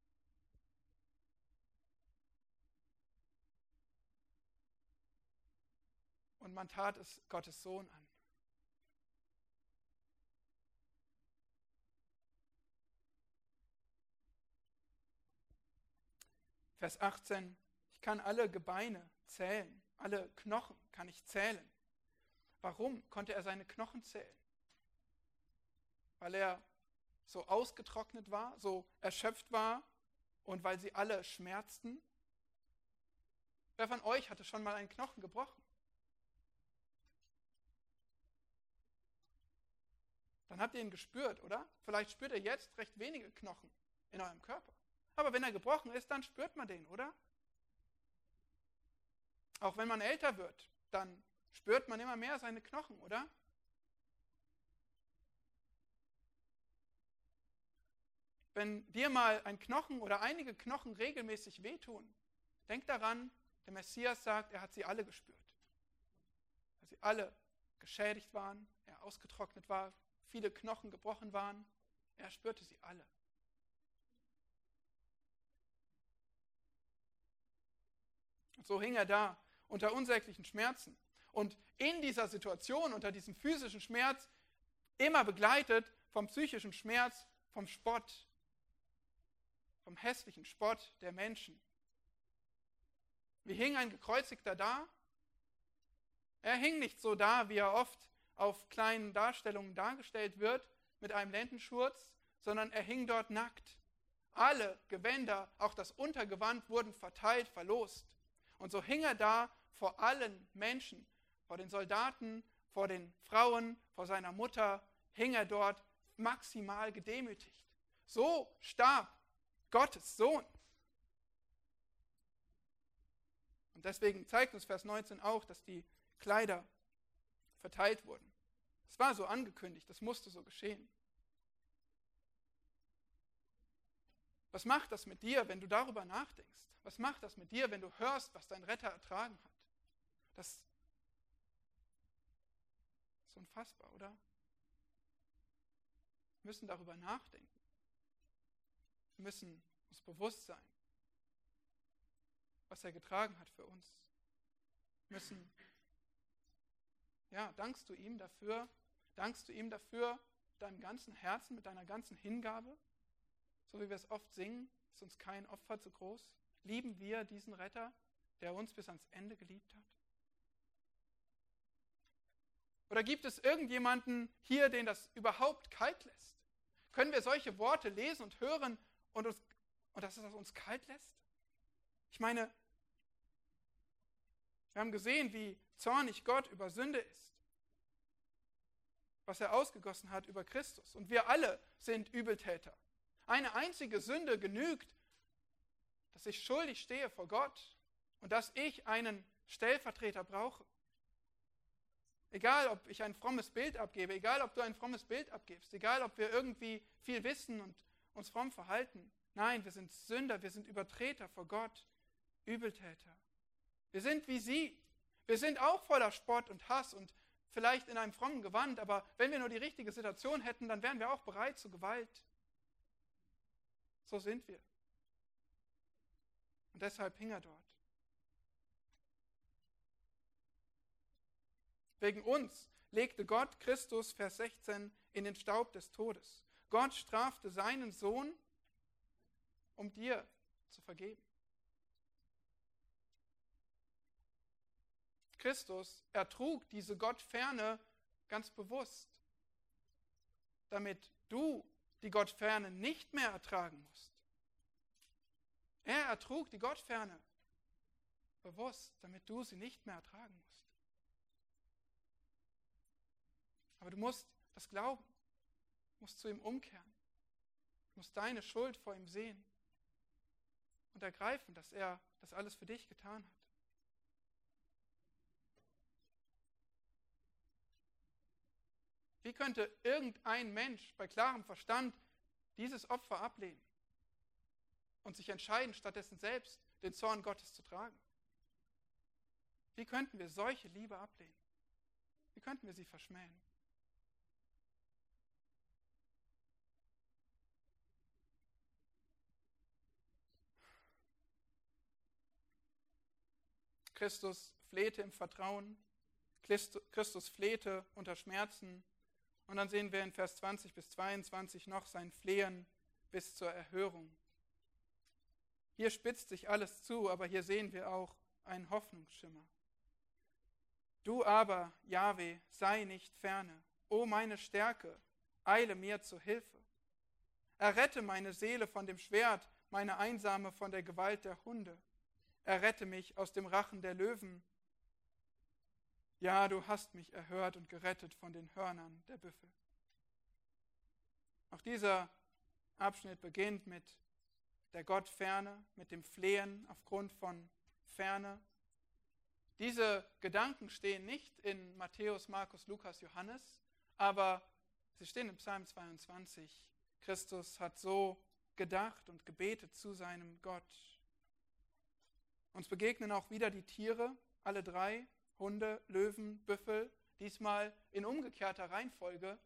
Und man tat es Gottes Sohn an. Vers achtzehn, ich kann alle Gebeine zählen, alle Knochen kann ich zählen. Warum konnte er seine Knochen zählen? Weil er so ausgetrocknet war, so erschöpft war und weil sie alle schmerzten? Wer von euch hatte schon mal einen Knochen gebrochen? Dann habt ihr ihn gespürt, oder? Vielleicht spürt ihr jetzt recht wenige Knochen in eurem Körper. Aber wenn er gebrochen ist, dann spürt man den, oder? Auch wenn man älter wird, dann spürt man immer mehr seine Knochen, oder? Wenn dir mal ein Knochen oder einige Knochen regelmäßig wehtun, denk daran, der Messias sagt, er hat sie alle gespürt. Weil sie alle geschädigt waren, er ausgetrocknet war, viele Knochen gebrochen waren, er spürte sie alle. Und so hing er da unter unsäglichen Schmerzen. Und in dieser Situation, unter diesem physischen Schmerz, immer begleitet vom psychischen Schmerz, vom Spott, vom hässlichen Spott der Menschen. Wie hing ein Gekreuzigter da? Er hing nicht so da, wie er oft auf kleinen Darstellungen dargestellt wird, mit einem Lendenschurz, sondern er hing dort nackt. Alle Gewänder, auch das Untergewand, wurden verteilt, verlost. Und so hing er da vor allen Menschen, vor den Soldaten, vor den Frauen, vor seiner Mutter, hing er dort maximal gedemütigt. So starb Gottes Sohn. Und deswegen zeigt uns Vers neunzehn auch, dass die Kleider verteilt wurden. Es war so angekündigt, das musste so geschehen. Was macht das mit dir, wenn du darüber nachdenkst? Was macht das mit dir, wenn du hörst, was dein Retter ertragen hat? Das ist unfassbar, oder? Wir müssen darüber nachdenken. Wir müssen uns bewusst sein, was er getragen hat für uns. Wir müssen, ja, dankst du ihm dafür, dankst du ihm dafür mit deinem ganzen Herzen, mit deiner ganzen Hingabe, so wie wir es oft singen, ist uns kein Opfer zu groß. Lieben wir diesen Retter, der uns bis ans Ende geliebt hat? Oder gibt es irgendjemanden hier, den das überhaupt kalt lässt? Können wir solche Worte lesen und hören und, uns, und dass es uns kalt lässt? Ich meine, wir haben gesehen, wie zornig Gott über Sünde ist, was er ausgegossen hat über Christus. Und wir alle sind Übeltäter. Eine einzige Sünde genügt, dass ich schuldig stehe vor Gott und dass ich einen Stellvertreter brauche. Egal, ob ich ein frommes Bild abgebe, egal, ob du ein frommes Bild abgibst, egal, ob wir irgendwie viel wissen und uns fromm verhalten. Nein, wir sind Sünder, wir sind Übertreter vor Gott, Übeltäter. Wir sind wie sie. Wir sind auch voller Spott und Hass und vielleicht in einem frommen Gewand, aber wenn wir nur die richtige Situation hätten, dann wären wir auch bereit zu Gewalt. So sind wir. Und deshalb hing er dort. Wegen uns legte Gott Christus, Vers sechzehn, in den Staub des Todes. Gott strafte seinen Sohn, um dir zu vergeben. Christus ertrug diese Gottferne ganz bewusst, damit du die Gottferne nicht mehr ertragen musst. Er ertrug die Gottferne bewusst, damit du sie nicht mehr ertragen musst. Aber du musst das glauben, du musst zu ihm umkehren, du musst deine Schuld vor ihm sehen und ergreifen, dass er das alles für dich getan hat. Wie könnte irgendein Mensch bei klarem Verstand dieses Opfer ablehnen und sich entscheiden, stattdessen selbst den Zorn Gottes zu tragen? Wie könnten wir solche Liebe ablehnen? Wie könnten wir sie verschmähen? Christus flehte im Vertrauen, Christus flehte unter Schmerzen. Und dann sehen wir in Vers zwanzig bis zweiundzwanzig noch sein Flehen bis zur Erhörung. Hier spitzt sich alles zu, aber hier sehen wir auch einen Hoffnungsschimmer. Du aber, Jahwe, sei nicht ferne. O meine Stärke, eile mir zu Hilfe. Errette meine Seele von dem Schwert, meine Einsame von der Gewalt der Hunde. Errette mich aus dem Rachen der Löwen. Ja, du hast mich erhört und gerettet von den Hörnern der Büffel. Auch dieser Abschnitt beginnt mit der Gottferne, mit dem Flehen aufgrund von Ferne. Diese Gedanken stehen nicht in Matthäus, Markus, Lukas, Johannes, aber sie stehen im Psalm zweiundzwanzig. Christus hat so gedacht und gebetet zu seinem Gott. Uns begegnen auch wieder die Tiere, alle drei, Hunde, Löwen, Büffel, diesmal in umgekehrter Reihenfolge.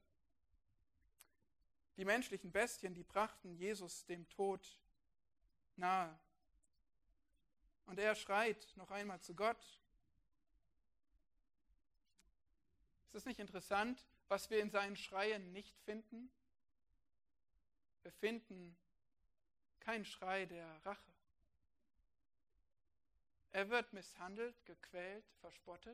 Die menschlichen Bestien, die brachten Jesus dem Tod nahe. Und er schreit noch einmal zu Gott. Ist es nicht interessant, was wir in seinen Schreien nicht finden? Wir finden keinen Schrei der Rache. Er wird misshandelt, gequält, verspottet,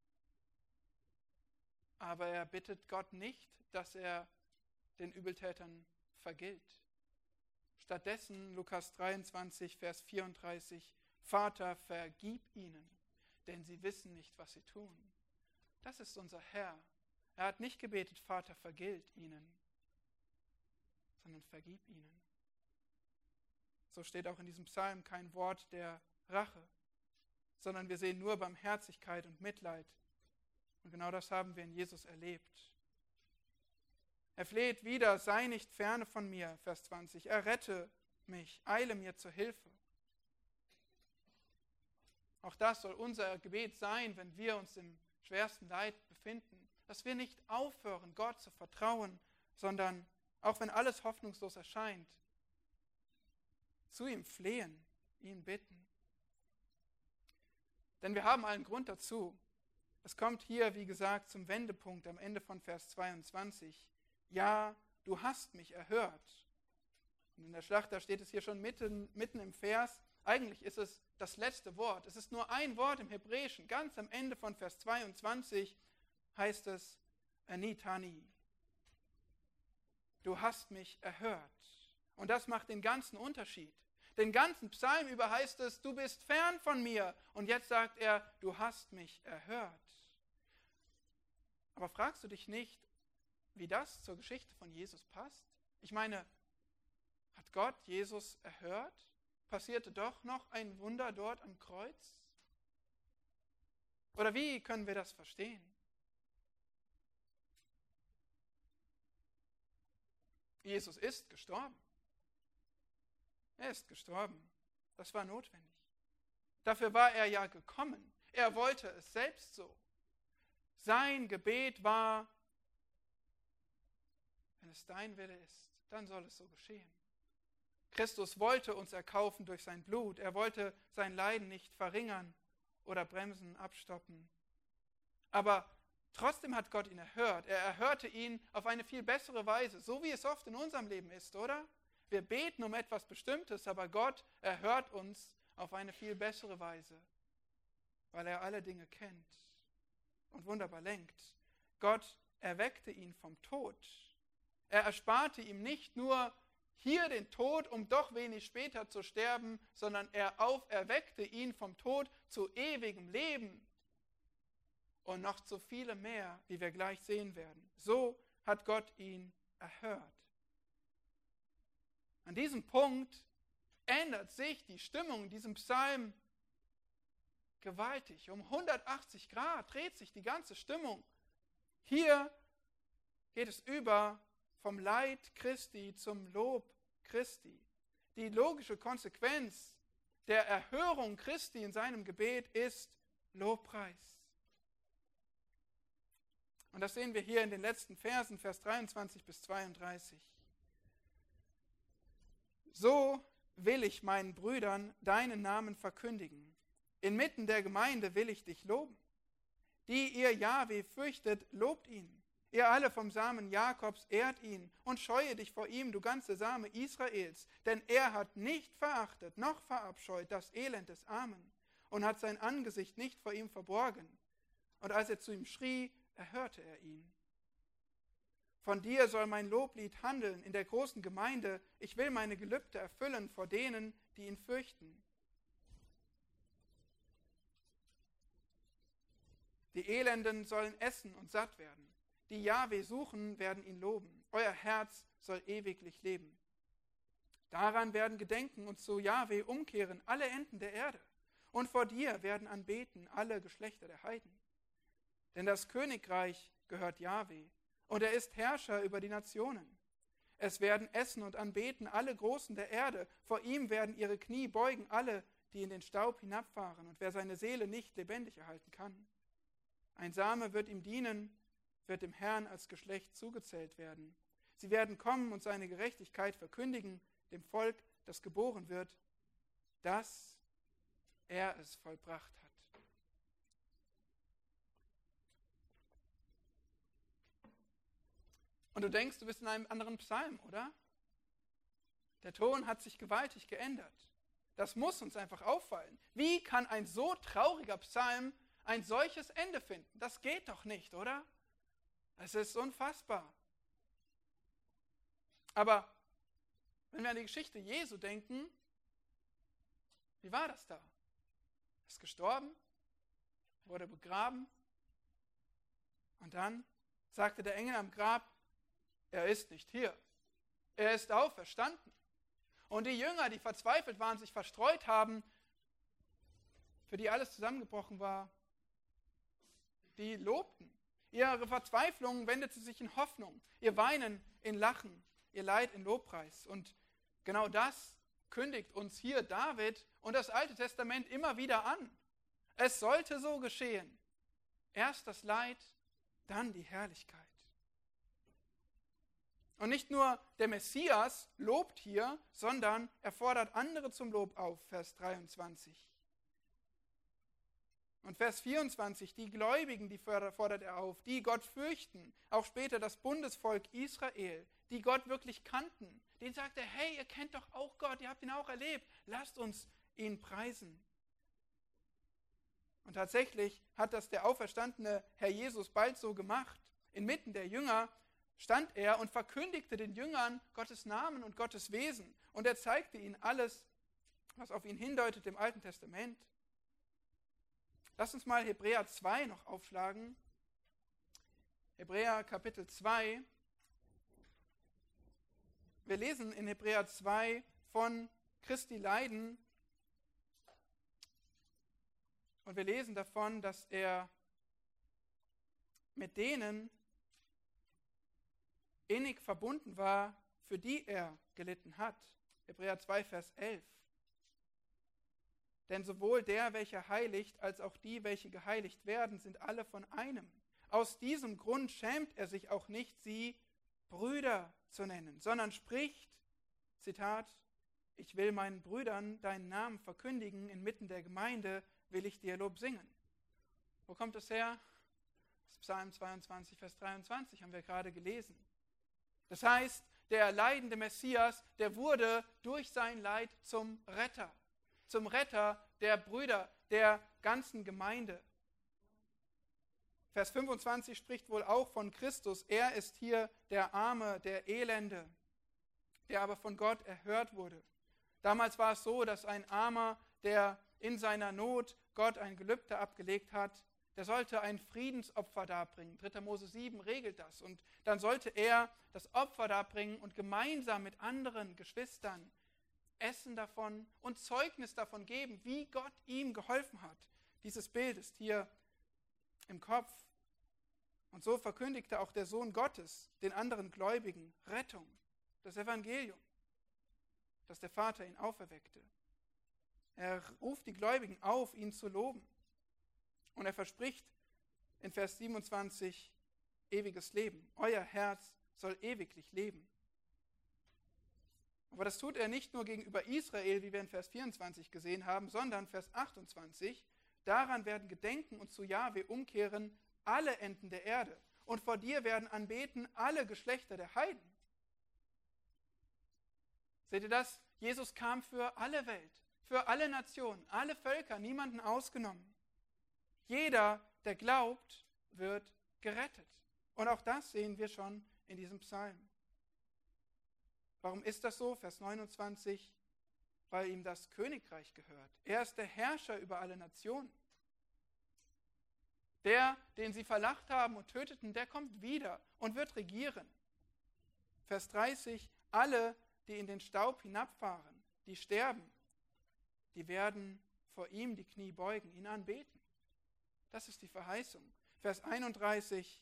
aber er bittet Gott nicht, dass er den Übeltätern vergilt. Stattdessen, Lukas dreiundzwanzig, Vers vierunddreißig, Vater, vergib ihnen, denn sie wissen nicht, was sie tun. Das ist unser Herr. Er hat nicht gebetet, Vater, vergilt ihnen, sondern vergib ihnen. So steht auch in diesem Psalm kein Wort der Rache, sondern wir sehen nur Barmherzigkeit und Mitleid. Und genau das haben wir in Jesus erlebt. Er fleht wieder, sei nicht ferne von mir, Vers zwanzig. Errette mich, eile mir zur Hilfe. Auch das soll unser Gebet sein, wenn wir uns im schwersten Leid befinden, dass wir nicht aufhören, Gott zu vertrauen, sondern auch wenn alles hoffnungslos erscheint, zu ihm flehen, ihn bitten. Denn wir haben allen Grund dazu. Es kommt hier, wie gesagt, zum Wendepunkt am Ende von Vers zweiundzwanzig. Ja, du hast mich erhört. Und in der Schlachter steht es hier schon mitten, mitten im Vers. Eigentlich ist es das letzte Wort. Es ist nur ein Wort im Hebräischen. Ganz am Ende von Vers zweiundzwanzig heißt es Anitani. Du hast mich erhört. Und das macht den ganzen Unterschied. Den ganzen Psalm über heißt es, du bist fern von mir. Und jetzt sagt er, du hast mich erhört. Aber fragst du dich nicht, wie das zur Geschichte von Jesus passt? Ich meine, hat Gott Jesus erhört? Passierte doch noch ein Wunder dort am Kreuz? Oder wie können wir das verstehen? Jesus ist gestorben. Er ist gestorben. Das war notwendig. Dafür war er ja gekommen. Er wollte es selbst so. Sein Gebet war, wenn es dein Wille ist, dann soll es so geschehen. Christus wollte uns erkaufen durch sein Blut. Er wollte sein Leiden nicht verringern oder bremsen, abstoppen. Aber trotzdem hat Gott ihn erhört. Er erhörte ihn auf eine viel bessere Weise, so wie es oft in unserem Leben ist, oder? Wir beten um etwas Bestimmtes, aber Gott erhört uns auf eine viel bessere Weise, weil er alle Dinge kennt und wunderbar lenkt. Gott erweckte ihn vom Tod. Er ersparte ihm nicht nur hier den Tod, um doch wenig später zu sterben, sondern er auferweckte ihn vom Tod zu ewigem Leben und noch zu viele mehr, wie wir gleich sehen werden. So hat Gott ihn erhört. An diesem Punkt ändert sich die Stimmung in diesem Psalm gewaltig. Um hundertachtzig Grad dreht sich die ganze Stimmung. Hier geht es über vom Leid Christi zum Lob Christi. Die logische Konsequenz der Erhörung Christi in seinem Gebet ist Lobpreis. Und das sehen wir hier in den letzten Versen, Vers dreiundzwanzig bis zweiunddreißig. So will ich meinen Brüdern deinen Namen verkündigen. Inmitten der Gemeinde will ich dich loben. Die ihr Jahwe fürchtet, lobt ihn. Ihr alle vom Samen Jakobs ehrt ihn und scheue dich vor ihm, du ganze Same Israels. Denn er hat nicht verachtet, noch verabscheut das Elend des Armen und hat sein Angesicht nicht vor ihm verborgen. Und als er zu ihm schrie, erhörte er ihn. Von dir soll mein Loblied handeln in der großen Gemeinde. Ich will meine Gelübde erfüllen vor denen, die ihn fürchten. Die Elenden sollen essen und satt werden. Die Jahwe suchen, werden ihn loben. Euer Herz soll ewiglich leben. Daran werden gedenken und zu Jahwe umkehren alle Enden der Erde. Und vor dir werden anbeten alle Geschlechter der Heiden. Denn das Königreich gehört Jahwe. Und er ist Herrscher über die Nationen. Es werden essen und anbeten alle Großen der Erde. Vor ihm werden ihre Knie beugen alle, die in den Staub hinabfahren. Und wer seine Seele nicht lebendig erhalten kann. Ein Same wird ihm dienen, wird dem Herrn als Geschlecht zugezählt werden. Sie werden kommen und seine Gerechtigkeit verkündigen, dem Volk, das geboren wird, dass er es vollbracht hat. Und du denkst, du bist in einem anderen Psalm, oder? Der Ton hat sich gewaltig geändert. Das muss uns einfach auffallen. Wie kann ein so trauriger Psalm ein solches Ende finden? Das geht doch nicht, oder? Es ist unfassbar. Aber wenn wir an die Geschichte Jesu denken, wie war das da? Er ist gestorben, wurde begraben und dann sagte der Engel am Grab, er ist nicht hier. Er ist auferstanden. Und die Jünger, die verzweifelt waren, sich verstreut haben, für die alles zusammengebrochen war, die lobten. Ihre Verzweiflung wendete sich in Hoffnung, ihr Weinen in Lachen, ihr Leid in Lobpreis. Und genau das kündigt uns hier David und das Alte Testament immer wieder an. Es sollte so geschehen. Erst das Leid, dann die Herrlichkeit. Und nicht nur der Messias lobt hier, sondern er fordert andere zum Lob auf, Vers dreiundzwanzig. Und Vers vierundzwanzig, die Gläubigen, die fordert er auf, die Gott fürchten, auch später das Bundesvolk Israel, die Gott wirklich kannten. Denen sagt er, hey, ihr kennt doch auch Gott, ihr habt ihn auch erlebt, lasst uns ihn preisen. Und tatsächlich hat das der auferstandene Herr Jesus bald so gemacht. Inmitten der Jünger stand er und verkündigte den Jüngern Gottes Namen und Gottes Wesen. Und er zeigte ihnen alles, was auf ihn hindeutet im Alten Testament. Lass uns mal Hebräer zwei noch aufschlagen. Hebräer Kapitel zwei. Wir lesen in Hebräer zwei von Christi Leiden. Und wir lesen davon, dass er mit denen innig verbunden war, für die er gelitten hat. Hebräer zwei, Vers elf. Denn sowohl der, welcher heiligt, als auch die, welche geheiligt werden, sind alle von einem. Aus diesem Grund schämt er sich auch nicht, sie Brüder zu nennen, sondern spricht, Zitat, ich will meinen Brüdern deinen Namen verkündigen, inmitten der Gemeinde will ich dir Lob singen. Wo kommt es her? Das Psalm zweiundzwanzig, Vers dreiundzwanzig haben wir gerade gelesen. Das heißt, der leidende Messias, der wurde durch sein Leid zum Retter. Zum Retter der Brüder, der ganzen Gemeinde. Vers fünfundzwanzig spricht wohl auch von Christus. Er ist hier der Arme, der Elende, der aber von Gott erhört wurde. Damals war es so, dass ein Armer, der in seiner Not Gott ein Gelübde abgelegt hat, der sollte ein Friedensopfer darbringen. dritter Mose sieben regelt das. Und dann sollte er das Opfer darbringen und gemeinsam mit anderen Geschwistern essen davon und Zeugnis davon geben, wie Gott ihm geholfen hat. Dieses Bild ist hier im Kopf. Und so verkündigte auch der Sohn Gottes den anderen Gläubigen Rettung, das Evangelium, das der Vater ihn auferweckte. Er ruft die Gläubigen auf, ihn zu loben. Und er verspricht in Vers siebenundzwanzig ewiges Leben. Euer Herz soll ewiglich leben. Aber das tut er nicht nur gegenüber Israel, wie wir in Vers vierundzwanzig gesehen haben, sondern Vers achtundzwanzig, daran werden gedenken und zu Jahwe umkehren alle Enden der Erde. Und vor dir werden anbeten alle Geschlechter der Heiden. Seht ihr das? Jesus kam für alle Welt, für alle Nationen, alle Völker, niemanden ausgenommen. Jeder, der glaubt, wird gerettet. Und auch das sehen wir schon in diesem Psalm. Warum ist das so? Vers neunundzwanzig, weil ihm das Königreich gehört. Er ist der Herrscher über alle Nationen. Der, den sie verlacht haben und töteten, der kommt wieder und wird regieren. Vers dreißig, alle, die in den Staub hinabfahren, die sterben, die werden vor ihm die Knie beugen, ihn anbeten. Das ist die Verheißung. Vers einunddreißig,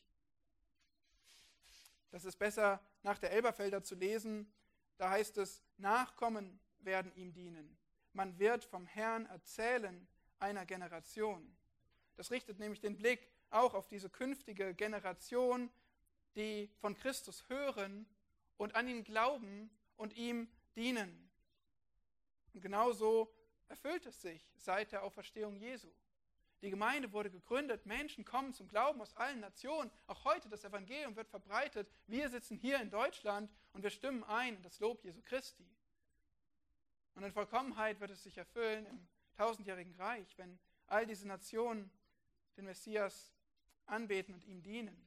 das ist besser nach der Elberfelder zu lesen, da heißt es, Nachkommen werden ihm dienen. Man wird vom Herrn erzählen einer Generation. Das richtet nämlich den Blick auch auf diese künftige Generation, die von Christus hören und an ihn glauben und ihm dienen. Und genauso erfüllt es sich seit der Auferstehung Jesu. Die Gemeinde wurde gegründet, Menschen kommen zum Glauben aus allen Nationen. Auch heute das Evangelium wird verbreitet. Wir sitzen hier in Deutschland und wir stimmen ein in das Lob Jesu Christi. Und in Vollkommenheit wird es sich erfüllen im tausendjährigen Reich, wenn all diese Nationen den Messias anbeten und ihm dienen.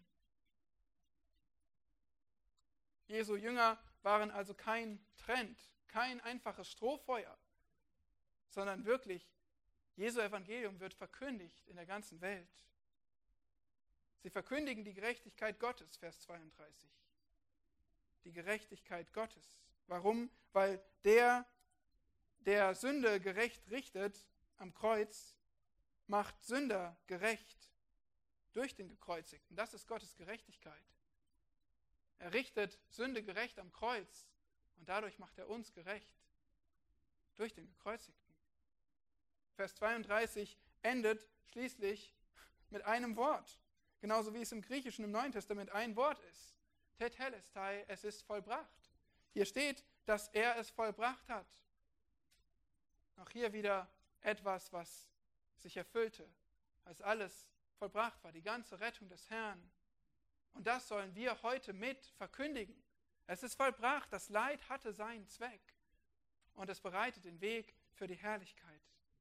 Jesu Jünger waren also kein Trend, kein einfaches Strohfeuer, sondern wirklich Jesu Evangelium wird verkündigt in der ganzen Welt. Sie verkündigen die Gerechtigkeit Gottes, Vers zweiunddreißig. Die Gerechtigkeit Gottes. Warum? Weil der, der Sünde gerecht richtet am Kreuz, macht Sünder gerecht durch den Gekreuzigten. Das ist Gottes Gerechtigkeit. Er richtet Sünde gerecht am Kreuz und dadurch macht er uns gerecht. durch den Gekreuzigten. Vers zweiunddreißig endet schließlich mit einem Wort, genauso wie es im Griechischen im Neuen Testament ein Wort ist. Tetelestai, es ist vollbracht. Hier steht, dass er es vollbracht hat. Auch hier wieder etwas, was sich erfüllte, als alles vollbracht war, die ganze Rettung des Herrn. Und das sollen wir heute mit verkündigen. Es ist vollbracht, das Leid hatte seinen Zweck und es bereitet den Weg für die Herrlichkeit.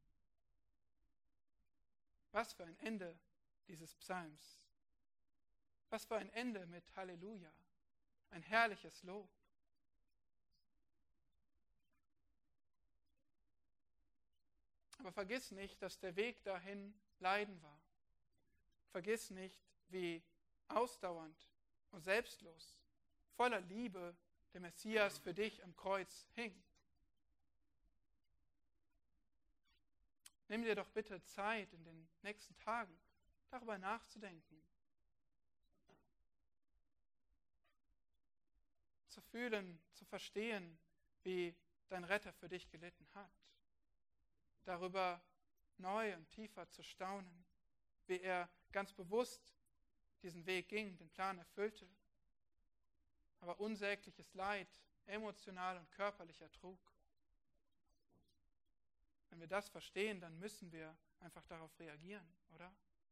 Was für ein Ende dieses Psalms. Was für ein Ende mit Halleluja. Ein herrliches Lob. Aber vergiss nicht, dass der Weg dahin Leiden war. Vergiss nicht, wie ausdauernd und selbstlos, voller Liebe der Messias für dich am Kreuz hing. Nimm dir doch bitte Zeit in den nächsten Tagen, darüber nachzudenken, zu fühlen, zu verstehen, wie dein Retter für dich gelitten hat. Darüber neu und tiefer zu staunen, wie er ganz bewusst diesen Weg ging, den Plan erfüllte, aber unsägliches Leid emotional und körperlich ertrug. Wenn wir das verstehen, dann müssen wir einfach darauf reagieren, oder?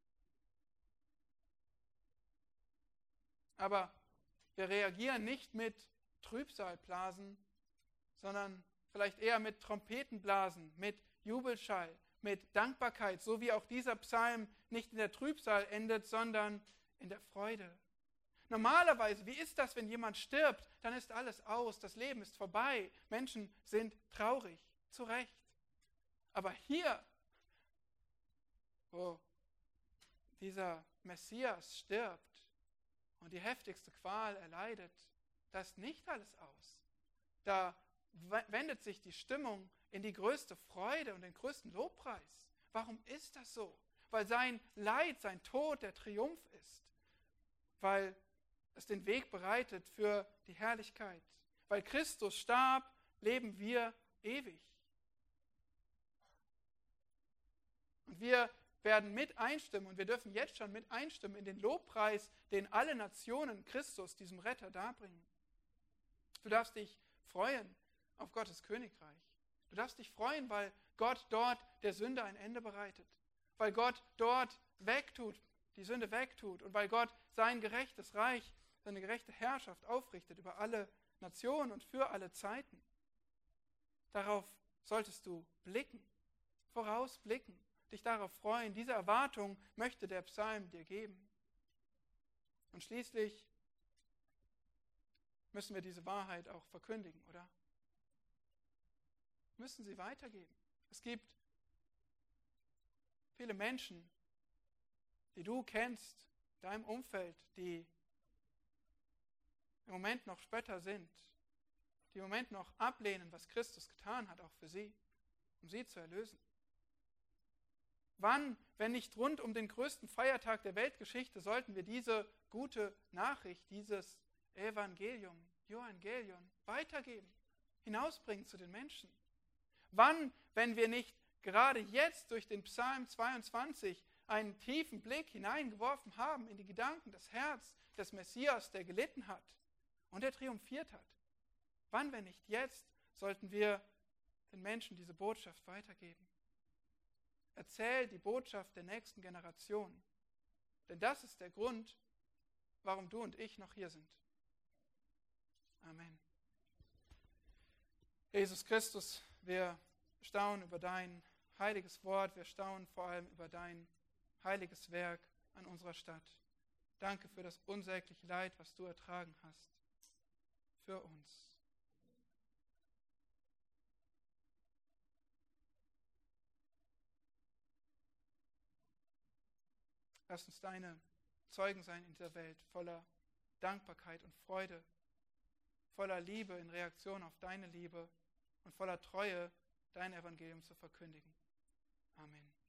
Aber wir reagieren nicht mit Trübsalblasen, sondern vielleicht eher mit Trompetenblasen, mit Jubelschall, mit Dankbarkeit, so wie auch dieser Psalm nicht in der Trübsal endet, sondern in der Freude. Normalerweise, wie ist das, wenn jemand stirbt? Dann ist alles aus, das Leben ist vorbei, Menschen sind traurig, zu Recht. Aber hier, wo dieser Messias stirbt und die heftigste Qual erleidet, da ist nicht alles aus. Da wendet sich die Stimmung in die größte Freude und den größten Lobpreis. Warum ist das so? Weil sein Leid, sein Tod der Triumph ist. Weil es den Weg bereitet für die Herrlichkeit. Weil Christus starb, leben wir ewig. Und wir werden mit einstimmen und wir dürfen jetzt schon mit einstimmen in den Lobpreis, den alle Nationen Christus, diesem Retter, darbringen. Du darfst dich freuen auf Gottes Königreich. Du darfst dich freuen, weil Gott dort der Sünde ein Ende bereitet. Weil Gott dort wegtut, die Sünde wegtut und weil Gott sein gerechtes Reich, seine gerechte Herrschaft aufrichtet über alle Nationen und für alle Zeiten. Darauf solltest du blicken, vorausblicken, dich darauf freuen. Diese Erwartung möchte der Psalm dir geben. Und schließlich müssen wir diese Wahrheit auch verkündigen, oder? Müssen sie weitergeben. Es gibt viele Menschen, die du kennst, in deinem Umfeld, die im Moment noch Spötter sind, die im Moment noch ablehnen, was Christus getan hat, auch für sie, um sie zu erlösen. Wann, wenn nicht rund um den größten Feiertag der Weltgeschichte, sollten wir diese gute Nachricht, dieses Evangelium, Evangelion, weitergeben, hinausbringen zu den Menschen? Wann, wenn wir nicht gerade jetzt durch den Psalm zweiundzwanzig einen tiefen Blick hineingeworfen haben in die Gedanken, das Herz des Messias, der gelitten hat und der triumphiert hat? Wann, wenn nicht jetzt, sollten wir den Menschen diese Botschaft weitergeben? Erzähl die Botschaft der nächsten Generation. Denn das ist der Grund, warum du und ich noch hier sind. Amen. Jesus Christus, wir staunen über dein heiliges Wort, wir staunen vor allem über dein heiliges Werk an unserer Stadt. Danke für das unsägliche Leid, was du ertragen hast, für uns. Lass uns deine Zeugen sein in dieser Welt, voller Dankbarkeit und Freude, voller Liebe in Reaktion auf deine Liebe und voller Treue, dein Evangelium zu verkündigen. Amen.